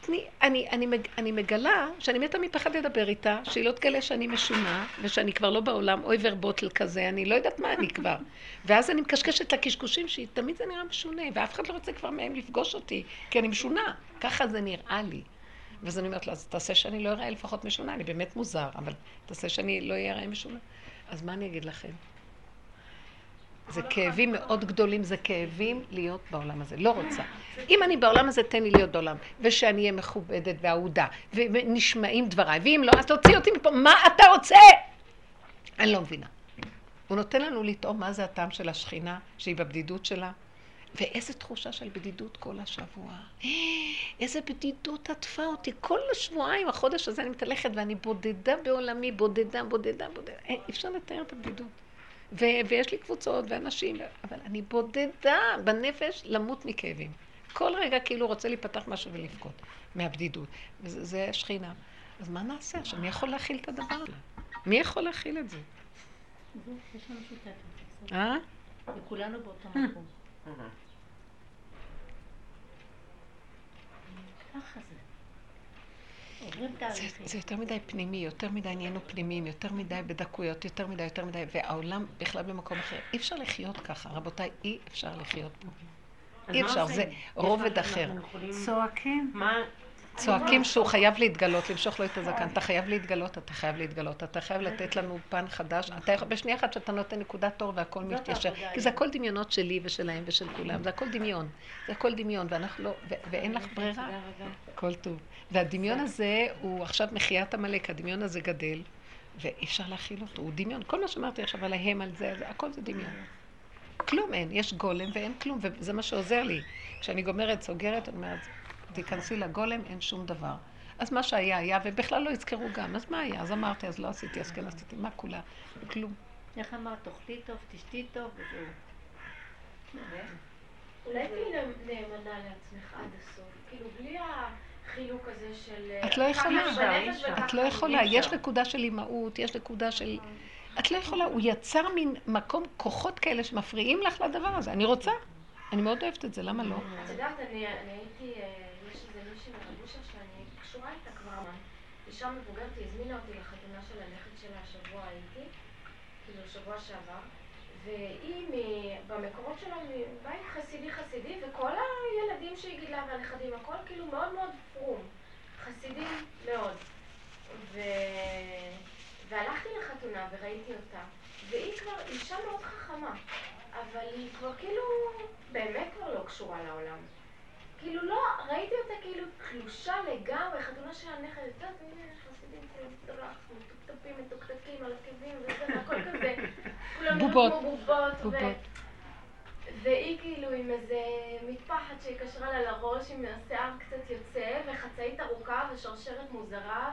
תני, אני, אני, מג, אני מגלה שאני מתה מפחד לדבר איתה, שהיא לא תגלה שאני משונה, ושאני כבר לא בעולם, אוי ורבוטל כזה, אני לא יודעת מה אני כבר. ואז אני מקשקשת לקשקושים שהיא תמיד זה נראה משונה, ואף אחד לא רוצה כבר מהם לפגוש אותי, כי אני משונה. ככה זה נראה לי. ואז אני אומרת לה, אז תעשה שאני לא אראה לפחות משונה, אני באמת מוזר, אבל תעשה שאני לא אראה משונה. אז מה אני אגיד לכם? זה כאבים מאוד גדולים, זה כאבים להיות בעולם הזה. לא רוצה. אם אני בעולם הזה, תן לי להיות בעולם, ושאני אהיה מכובדת ואהודה, ונשמעים דבריי, ואם לא, אז תוציא אותי מפה, מה אתה רוצה? אני לא מבינה. הוא נותן לנו לטעום מה זה הטעם של השכינה, שהיא בבדידות שלה, ואיזה תחושה של בדידות כל השבוע. איזה בדידות עטפה אותי. כל השבועיים, החודש הזה אני מתהלכת, ואני בודדה בעולמי, בודדה, בודדה, בודדה. אי אפשר לתאר את הבדידות. ו- ויש לי קבוצות ואנשים, אבל אני בודדה בנפש למות מכאבים. כל רגע כאילו רוצה להיפתח משהו ולבכות מהבדידות. וזה זה שכינה. אז מה נעשה עכשיו? מי יכול להכיל את הדבר הזה? מי יכול להכיל את זה? יש לנו שותפת. אה? וכולנו באותו מקום. ככה זה. זה, זה יותר מדי פנימי, יותר מדי עניינו פנימיים, יותר מדי בדקויות, יותר מדי, יותר מדי, והעולם בכלל במקום אחר. אי אפשר לחיות ככה, רבותיי, אי אפשר לחיות פה. אי אפשר, זה רובד אחר. צועקים. מה? צועקים שהוא חייב להתגלות, למשוך לו את הזקן. אתה חייב להתגלות, אתה חייב להתגלות, אתה חייב לתת לנו פן חדש. אתה בשנייה אחת שאתה נותן נקודת אור והכל מתיישר. כי זה הכל דמיונות שלי ושלהם ושל כולם. זה הכל דמיון. זה הכל דמיון, ואנחנו לא, ואין לך ברירה. הכל טוב. והדמיון הזה הוא עכשיו מחיית המלאק, הדמיון הזה גדל, ואי אפשר להכיל אותו. הוא דמיון. כל מה שאמרתי עכשיו עליהם, על זה, הכל זה דמיון. כלום אין. יש גולם ואין כלום, וזה מה שעוזר לי. כשאני גומרת, סוגרת, אני אומרת, תיכנסי לגולם, אין שום דבר. אז מה שהיה היה, ובכלל לא יזכרו גם. אז מה היה? אז אמרתי, אז לא עשיתי, אז כן עשיתי. מה כולה? כלום. איך אמרת, תאכלי טוב, תשתי טוב, וזהו. אולי תהיי נאמנה לעצמך עד הסוף. כאילו, בלי החילוק הזה של... את לא יכולה. את לא יכולה. יש נקודה של אימהות, יש נקודה של... את לא יכולה. הוא יצר מין מקום, כוחות כאלה שמפריעים לך לדבר הזה. אני רוצה. אני מאוד אוהבת את זה, למה לא? את יודעת, אני הייתי... יש איזה מישהי מרבושה שאני קשורה איתה כבר, אישה מבוגרת, היא הזמינה אותי לחתונה של הנכד שלה השבוע הייתי, כאילו שבוע שעבר, והיא במקורות שלה מבית חסידי חסידי, וכל הילדים שהיא גידלה והנכדים, הכל כאילו מאוד מאוד פרום, חסידים מאוד. ו... והלכתי לחתונה וראיתי אותה, והיא כבר אישה מאוד חכמה, אבל היא כבר כאילו באמת כבר לא קשורה לעולם. כאילו לא, ראיתי אותה כאילו תלושה לגמרי, חתונה של הנכד, את יודעת, הנה חסידים כולם דרך, מטופטפים, מתוקתקים על עקבים וזה, והכל כזה, כולם נראו כמו בובות, והיא כאילו עם איזה מטפחת שהיא קשרה לה לראש, עם השיער קצת יוצא, וחצאית ארוכה ושרשרת מוזרה,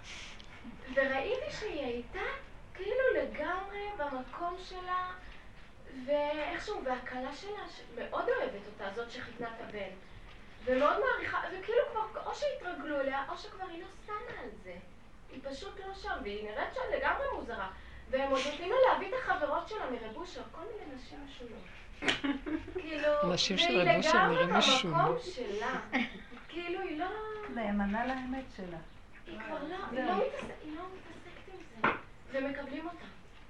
וראיתי שהיא הייתה כאילו לגמרי במקום שלה, ואיכשהו, והקלה שלה, מאוד אוהבת אותה, זאת שחיתנה את הבן. ומאוד מעריכה, וכאילו כבר, או שהתרגלו אליה, או שכבר היא לא שמה על זה. היא פשוט לא שם, והיא נראית שם לגמרי מוזרה. והם עוד נותנים לה להביא את החברות שלה מרבושר, כל מיני נשים משונות. כאילו, נשים של רבושר נראים משונות. והיא לגמרי במקום שלה. כאילו, היא לא... נאמנה לאמת שלה. היא כבר לא, היא לא מתעסקת עם זה. ומקבלים אותה.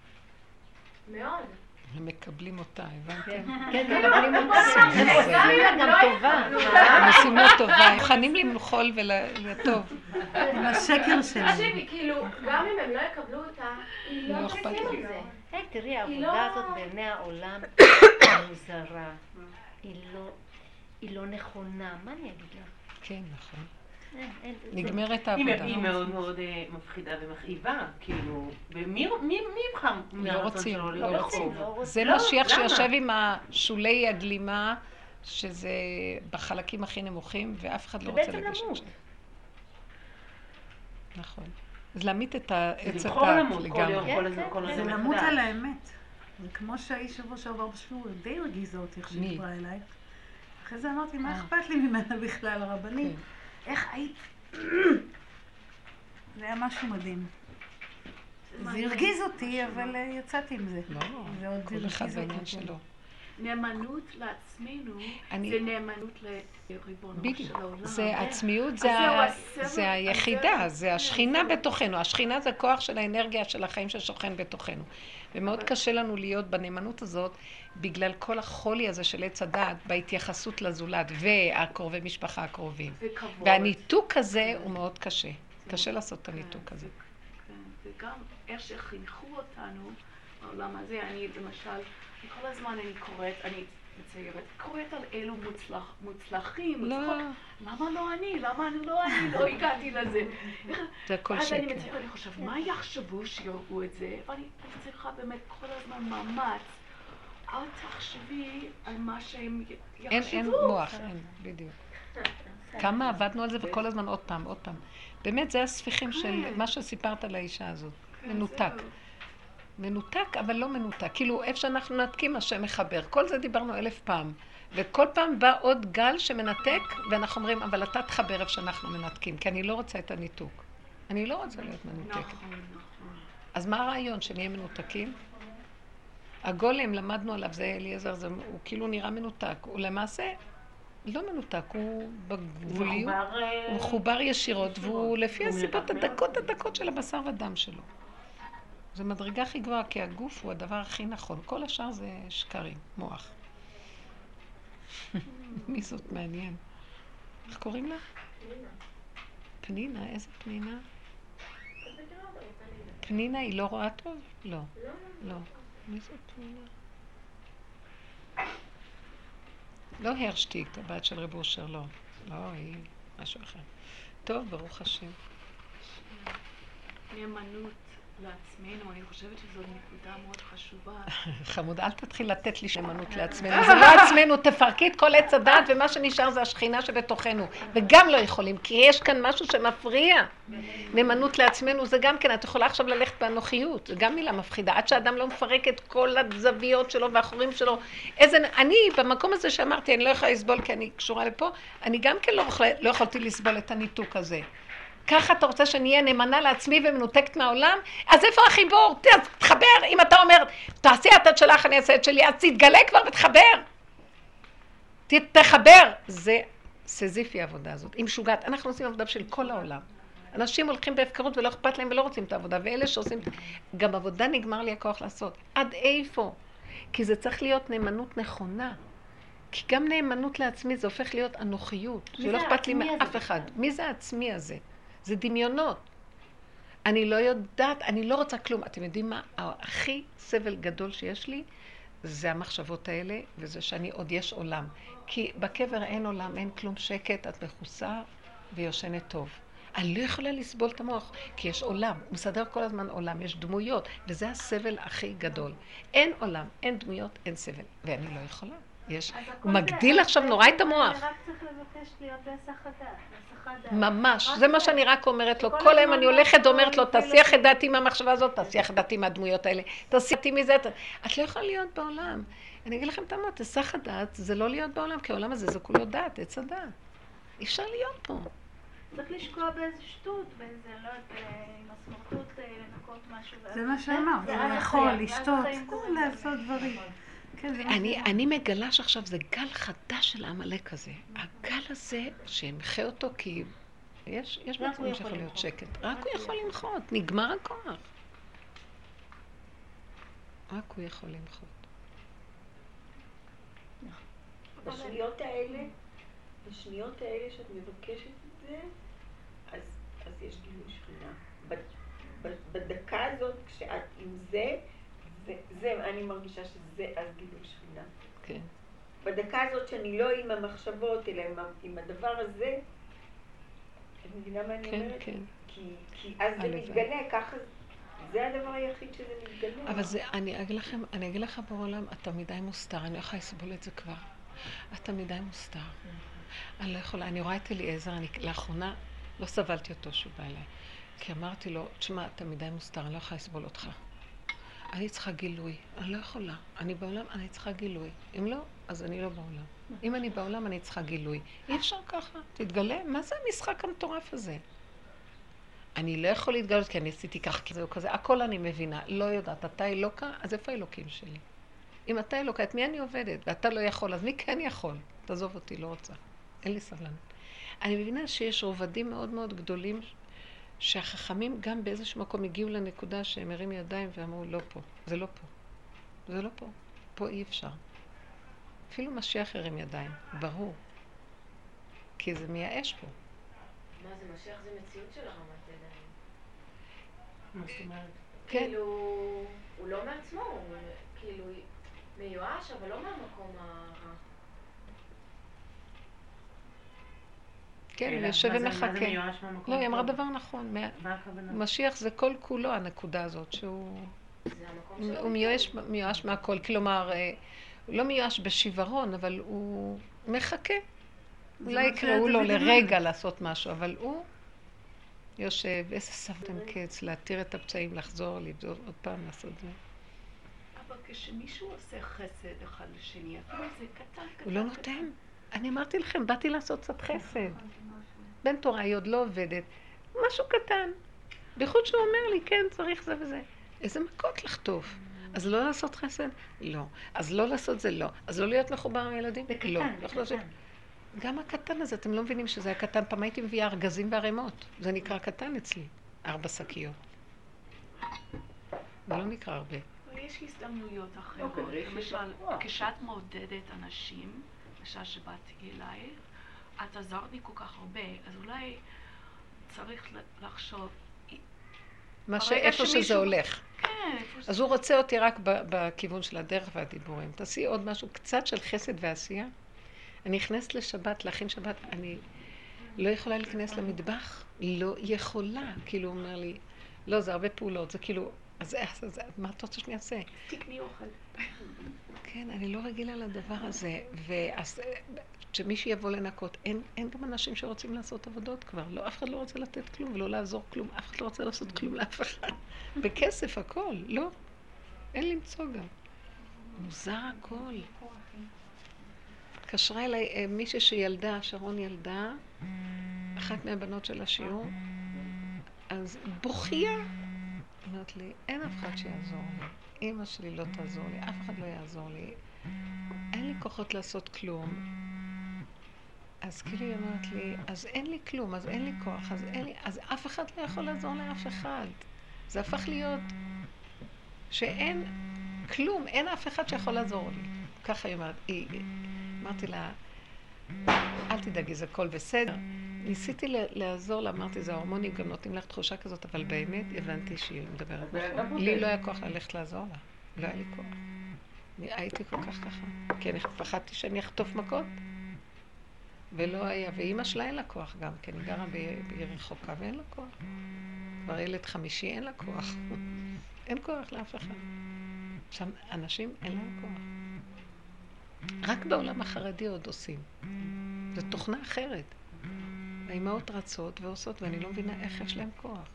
מאוד. הם מקבלים אותה, הבנתם? כן, מקבלים אותה. הם עושים לה גם טובה. הם עושים לה טובה, הם מוכנים למחול ולטוב. עם השקר שלהם. תקשיבי, כאילו, גם אם הם לא יקבלו אותה, היא לא תשים על זה. היי, תראי, העבודה הזאת בעיני העולם מוזרה. היא לא נכונה. מה אני אגיד לך? כן, נכון. נגמרת היא העבודה. מאוד מאוד מפחידה ומכאיבה, כאילו, ומי יבחר מהרצון שלו? לא רוצים. זה משיח שיושב עם השולי הגלימה, שזה בחלקים הכי נמוכים, ואף אחד לא רוצה לגשת שם. נכון. אז להמית את העץ הדת לגמרי. זה למות על האמת. כמו שהאיש שבוע שעבר בשיעור, די הרגיזה אותי איך שהיא דיברה אליי. אחרי זה אמרתי, מה אכפת לי ממנה בכלל, הרבנית? איך היית? זה היה משהו מדהים. זה הרגיז אותי, אבל יצאתי עם זה. לא, כל אחד בעניין שלו. נאמנות לעצמנו אני- זה נאמנות לריבונו בדיוק. של העולם. זה עצמיות, אז זה זהו, ה- הסבל- זה היחידה, הסבל- זה כן, השכינה זהו. בתוכנו. השכינה זה כוח של האנרגיה של החיים ששוכן בתוכנו. ומאוד קשה לנו להיות בנאמנות הזאת, בגלל כל החולי הזה של עץ הדעת, בהתייחסות לזולת והקרובי משפחה הקרובים. וכבוד. והניתוק הזה הוא מאוד קשה. קשה לעשות את הניתוק הזה. כן, וגם איך שחינכו אותנו בעולם הזה, אני למשל, כל הזמן אני קוראת, אני מציירת, קוראת על אלו מוצלח, מוצלחים, לא. מוצלחות. למה לא אני? למה אני לא אני? לא הגעתי לזה. זה הכל אז אני שקר. מציירת, אני חושבת, מה יחשבו שיראו את זה? ואני אני צריכה באמת כל הזמן מאמץ. אל תחשבי על מה שהם י- אין, יחשבו. אין מוח, אין, בדיוק. כמה עבדנו על זה וכל הזמן עוד פעם, עוד פעם. באמת זה הספיחים של מה שסיפרת על האישה הזאת. כן, מנותק. זהו. מנותק, אבל לא מנותק. כאילו, איפה שאנחנו נתקים, השם מחבר. כל זה דיברנו אלף פעם. וכל פעם בא עוד גל שמנתק, ואנחנו אומרים, אבל אתה תחבר איפה שאנחנו מנתקים, כי אני לא רוצה את הניתוק. אני לא רוצה להיות מנותקת. נכון, נכון. אז מה הרעיון? שנהיה מנותקים? הגולם, למדנו עליו, זה אליעזר, זה, הוא כאילו נראה מנותק. הוא למעשה לא מנותק, הוא בגבוליות, מחובר, אה, הוא מחובר ישירות, והוא לפי הוא הסיבות מדבר. הדקות הדקות של הבשר ודם שלו. זו מדרגה הכי גבוהה, כי הגוף הוא הדבר הכי נכון. כל השאר זה שקרים, מוח. מי זאת מעניין? איך קוראים לה? פנינה, איזה פנינה? פנינה היא לא רואה טוב? לא. לא. מי זאת פנינה? לא הרשטיק, הבת של רב אושר, לא. לא, היא משהו אחר. טוב, ברוך השם. נאמנות לעצמנו, אני חושבת שזו נקודה מאוד חשובה. חמוד, אל תתחיל לתת לי נאמנות לעצמנו. זה לא עצמנו, תפרקי את כל עץ הדעת, ומה שנשאר זה השכינה שבתוכנו. וגם לא יכולים, כי יש כאן משהו שמפריע. נאמנות לעצמנו זה גם כן, את יכולה עכשיו ללכת באנוכיות, זה גם מילה מפחידה. עד שהאדם לא מפרק את כל הזוויות שלו והחורים שלו. איזה, אני, במקום הזה שאמרתי, אני לא יכולה לסבול כי אני קשורה לפה, אני גם כן לא, יכול, לא יכולתי לסבול את הניתוק הזה. ככה אתה רוצה שאני אהיה נאמנה לעצמי ומנותקת מהעולם? אז איפה החיבור? תחבר, אם אתה אומר, תעשי את את שלך, אני אעשה את שלי, אז תתגלה כבר ותחבר. ת, תחבר. זה סזיפי העבודה הזאת. היא משוגעת. אנחנו עושים עבודה של כל העולם. אנשים הולכים בהפקרות ולא אכפת להם ולא רוצים את העבודה, ואלה שעושים, גם עבודה נגמר לי הכוח לעשות. עד איפה? כי זה צריך להיות נאמנות נכונה. כי גם נאמנות לעצמי זה הופך להיות אנוכיות. שלא אכפת לי מאף אחד. מי זה העצמי הזה? זה דמיונות. אני לא יודעת, אני לא רוצה כלום. אתם יודעים מה? הכי סבל גדול שיש לי, זה המחשבות האלה, וזה שאני עוד יש עולם. כי בקבר אין עולם, אין כלום שקט, את מכוסה ויושנת טוב. אני לא יכולה לסבול את המוח, כי יש עולם. הוא מסדר כל הזמן עולם, יש דמויות, וזה הסבל הכי גדול. אין עולם, אין דמויות, אין סבל. ואני לא יכולה. יש, הוא מגדיל עכשיו נורא את המוח. רק צריך לבקש להיות בהיסח הדעת, בהיסח הדעת. ממש, זה מה שאני רק אומרת לו. כל היום אני הולכת ואומרת לו, תסיח את דעתי מהמחשבה הזאת, תסיח את דעתי מהדמויות האלה, תסיח דעתי מזה. את לא יכולה להיות בעולם. אני אגיד לכם את המות, היסח הדעת זה לא להיות בעולם, כי העולם הזה זה כולו דעת, עץ הדעת. אי אפשר להיות פה. צריך לשקוע באיזה שטות, באיזה, לא יודעת, עם הסמרטוט לנקות משהו. זה מה שאמרת, זה לאכול, לשתות, לעשות דברים. אני, אני מגלה שעכשיו זה גל חדש של העמלק הזה. הגל הזה שמחה אותו כי יש, יש מצבים שיכול להיות שקט. רק הוא יכול למחות, נגמר הכוח. רק הוא יכול למחות. בשניות האלה, בשניות האלה שאת מבקשת את זה, אז, אז יש גילוי שכינה. בדקה הזאת, כשאת עם זה, זה, זה, אני מרגישה שזה אז גילוי שכינה. כן. בדקה הזאת שאני לא עם המחשבות, אלא עם, עם הדבר הזה, את מבינה מה אני כן, אומרת? כן. כי, כי אז זה מתגלה, ככה, זה הדבר היחיד שזה מתגלה. אבל זה, אני אגיד לכם, אני אגיד לך בעולם, אתה מדי מוסתר, אני לא יכולה לסבול את זה כבר. אתה מדי מוסתר. אני לא יכולה, אני רואה את אליעזר, אני לאחרונה לא סבלתי אותו שהוא בא אליי. כי אמרתי לו, תשמע, אתה מדי מוסתר, אני לא יכולה לסבול אותך. אני צריכה גילוי, אני לא יכולה. אני בעולם, אני צריכה גילוי. אם לא, אז אני לא בעולם. אם אני בעולם, אני צריכה גילוי. אי אפשר ככה, תתגלה. מה זה המשחק המטורף הזה? אני לא יכול להתגלות כי אני עשיתי כך, כי זהו כזה. הכל אני מבינה, לא יודעת. אתה אלוקה, אז איפה האלוקים שלי? אם אתה אלוקה, את מי אני עובדת? ואתה לא יכול, אז מי כן יכול? תעזוב אותי, לא רוצה. אין לי סבלנות. אני מבינה שיש רובדים מאוד מאוד גדולים, שהחכמים גם באיזשהו מקום הגיעו לנקודה שהם הרים ידיים ואמרו, לא פה, זה לא פה. זה לא פה. פה אי אפשר. אפילו משיח הרים ידיים, ברור. כי זה מייאש פה. מה זה, משיח זה מציאות של הרמת ידיים. מה זאת אומרת? כן. כאילו, הוא לא מעצמו, הוא כאילו מיואש, אבל לא מהמקום הרע. כן, הוא אלא, יושב מה זה- מה זה ומחכה. מיואש מהמקום לא, היא אמרה טוב? דבר נכון. מה- מה הכוונה? משיח זה כל כולו הנקודה הזאת, שהוא זה המקום שלו. הוא מיואש, מיואש מהכל. כלומר, אה, הוא לא מיואש בשיוורון, אבל הוא מחכה. אולי מה יקראו שדוד לו אמר. לרגע לעשות משהו, אבל הוא יושב, איזה סבתם קץ, להתיר את הפצעים, לחזור, לבדוק עוד פעם, לעשות זה. אבל כשמישהו עושה חסד אחד לשני, אפילו זה קטן, קטן, הוא לא נותן. אני אמרתי לכם, באתי לעשות קצת חסד. בן תורה היא עוד לא עובדת. משהו קטן. בייחוד שהוא אומר לי, כן, צריך זה וזה. איזה מכות לחטוף. אז לא לעשות חסד? לא. אז לא לעשות זה? לא. אז לא להיות מחובר עם ילדים? זה קטן, לא. זה לא לעשות- קטן. גם הקטן הזה, אתם לא מבינים שזה היה קטן. פעם הייתי מביאה ארגזים וערימות. זה נקרא קטן אצלי. ארבע שקיות. זה לא נקרא הרבה. אבל יש הזדמנויות אחרות. אוקיי, יש למשל, לך. כשאת מעודדת אנשים, למשל שבאתי אלייך, את עזרת לי כל כך הרבה, אז אולי צריך ל- לחשוב, מה ברגע שאיפה שזה שמישהו- הולך. כן, איפה אז הוא רוצה אותי רק ב- בכיוון של הדרך והדיבורים. תעשי עוד משהו, קצת של חסד ועשייה. אני נכנסת לשבת, להכין שבת, אני לא יכולה להיכנס למטבח, לא יכולה. כאילו הוא אומר לי, לא, זה הרבה פעולות, זה כאילו, אז, אז, אז מה אתה רוצה שאני אעשה? תקני אוכל. כן, אני לא רגילה לדבר הזה, ואז כשמישהו יבוא לנקות, אין, אין גם אנשים שרוצים לעשות עבודות כבר, לא, אף אחד לא רוצה לתת כלום ולא לעזור כלום, אף אחד לא רוצה לעשות כלום לאף אחד. בכסף הכל, לא, אין למצוא גם. מוזר הכל. התקשרה אליי אה, מישהי שילדה, שרון ילדה, אחת מהבנות של השיעור, אז בוכייה. אמרת לי, אין אף אחד שיעזור לי. אמא שלי לא תעזור לי, אף אחד לא יעזור לי. אין לי כוחות לעשות כלום. אז כאילו היא אמרת לי, אז אין לי כלום, אז אין לי כוח, אז אין לי, אז אף אחד לא יכול לעזור לאף אחד. זה הפך להיות שאין כלום, אין אף אחד שיכול לעזור לי. ככה היא אומרת, היא, אמרתי לה, אל תדאגי, זה הכל בסדר. ניסיתי לעזור לה, אמרתי, זה ההורמונים גם נותנים לך תחושה כזאת, אבל באמת הבנתי שהיא מדברת נכון. לי לא היה כוח ללכת לעזור לה, לא היה לי כוח. אני הייתי כל כך ככה, כי אני פחדתי שאני אחטוף מכות. ולא היה, ואימא שלה אין לה כוח גם, כי אני גרה בעיר רחוקה ואין לה כוח. כבר ילד חמישי אין לה כוח. אין כוח לאף אחד. שם אנשים אין להם כוח. רק בעולם החרדי עוד עושים. זו תוכנה אחרת. האימהות רצות ועושות, ואני לא מבינה איך יש להם כוח.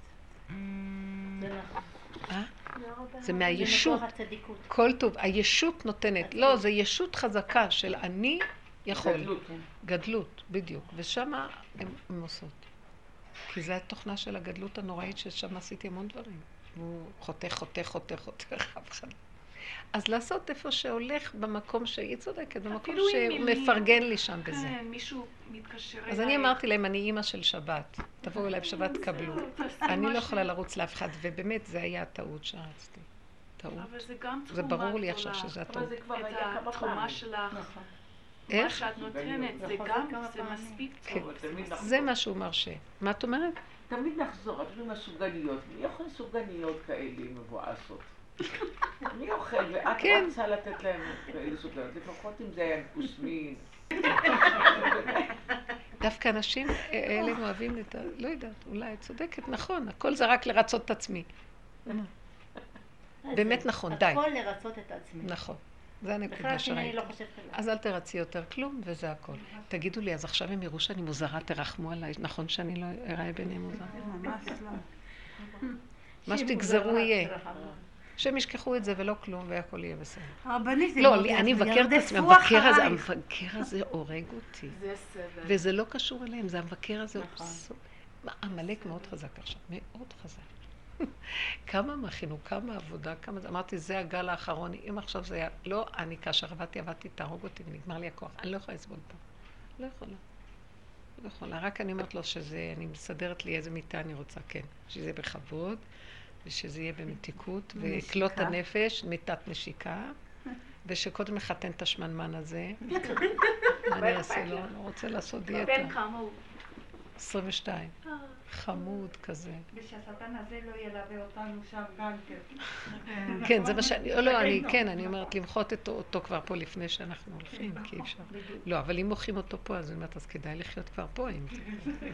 זה נכון. אה? זה זה מהישות. מכוח הצדיקות. כל טוב. הישות נותנת. לא, זה ישות חזקה של אני יכול. גדלות, כן. גדלות, בדיוק. ושם הן עושות. כי זו התוכנה של הגדלות הנוראית ששם עשיתי המון דברים. והוא חותך, חותך, חותך, חותך, אף אחד. אז לעשות איפה שהולך במקום שהיא צודקת, במקום אפילו עם שהוא מילים. מפרגן לי שם בזה. כן, מישהו מתקשר אליי. אז אני אמרתי להם, אני אימא של שבת. תבואו אליי בשבת, קבלו. אני לא יכולה לרוץ לאף אחד, ובאמת זה היה הטעות שרצתי. טעות. אבל זה גם זה תרומה ברור לי עכשיו גדולה. שזה אבל הטעות. זה כבר את היה כמה התרומה פעמים. שלך, נכון. מה איך? שאת נותנת, זה נכון, גם, כמה זה פעמים. מספיק כן. טוב. תמיד נחזור. זה מה שהוא מרשה. מה את אומרת? תמיד נחזור, אפילו עם הסופגניות. מי אוכל סופגניות כאלה מבואסות? מי אוכל, ואת כן. רוצה לתת להם כאלה סופגניות, לפחות אם זה היה כוסמין. דווקא אנשים אלה אוהבים את ה... לא יודעת, אולי את צודקת, נכון, הכל זה רק לרצות את עצמי. באמת נכון, די. הכל לרצות את עצמי. נכון, זה בכלל הנקודה שאני שראיתי. לא חושבת עליו. אז אל תרצי יותר כלום, וזה הכל. תגידו לי, אז עכשיו הם יראו שאני מוזרה, תרחמו עליי, נכון שאני לא אראה ביניהם מוזרה? ממש לא. מה שהיא שתגזרו מוזרה, יהיה. תרחמו. שהם ישכחו את זה ולא כלום, והכל יהיה בסדר. הרבנית, לא, אם לי- עוד אני מבקר את ירדפו עצמי, המבקר הזה, אחרייך. המבקר הזה הורג אותי. זה סבל. וזה לא קשור אליהם, זה המבקר הזה, הוא נכון. סו- מה, עמלק מאוד חזק עכשיו, מאוד חזק. כמה מכינו, כמה עבודה, כמה... אמרתי, זה הגל האחרון, אם עכשיו זה היה... לא, אני כאשר עבדתי, עבדתי, תהרוג אותי ונגמר לי הכוח. אני לא יכולה לסבול פה. לא יכולה. לא יכולה. רק אני אומרת לו שזה, אני מסדרת לי איזה מיטה אני רוצה, כן. שזה בכבוד, ושזה יהיה במתיקות, וקלות הנפש, מיטת נשיקה, ושקודם לחתן את השמנמן הזה. מה אני אעשה לו? אני רוצה לעשות דיאטה. בן כמה הוא? עשרים ושתיים. חמוד כזה. ושהשטן הזה לא ילווה אותנו שם גם כן. כן, זה מה שאני... לא, אני, כן, אני אומרת, למחות אותו כבר פה לפני שאנחנו הולכים, כי אי אפשר. לא, אבל אם מוחים אותו פה, אז אני אומרת, אז כדאי לחיות כבר פה, אם זה.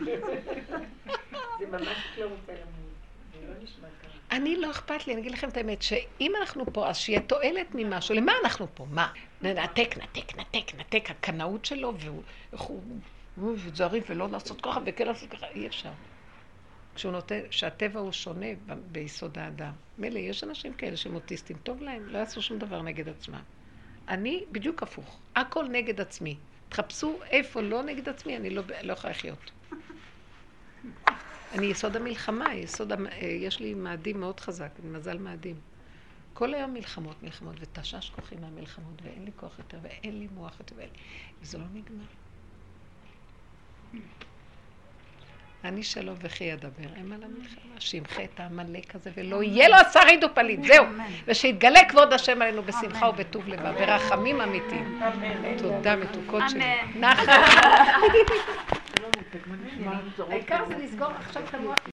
זה ממש לא רוצה למות. זה לא נשמע ככה. אני לא אכפת לי, אני אגיד לכם את האמת, שאם אנחנו פה, אז שיהיה תועלת ממשהו. למה אנחנו פה? מה? נתק, נתק, נתק, נתק, הקנאות שלו, והוא... וזריף ולא לעשות ככה וכן לעשות ככה, אי אפשר. כשהוא נותן, שהטבע הוא שונה ב- ביסוד האדם. מילא, יש אנשים כאלה שהם אוטיסטים, טוב להם, לא יעשו שום דבר נגד עצמם. אני בדיוק הפוך, הכל נגד עצמי. תחפשו איפה לא נגד עצמי, אני לא, לא יכולה לחיות. אני יסוד המלחמה, יסוד, המ... יש לי מאדים מאוד חזק, מזל מאדים. כל היום מלחמות, מלחמות, ותשש כוחי מהמלחמות, ואין לי כוח יותר, ואין לי מוח יותר, ואין לי... וזה לא נגמר. אני שלו וכי ידבר, הם על המלחמה, שימחה את העמלק הזה, ולא יהיה לו שריד ופליט, זהו. ושיתגלה כבוד השם עלינו בשמחה ובטוב לבב, ברחמים אמיתיים. תודה מתוקות שלי. נחת. העיקר זה לסגור עכשיו את המוח.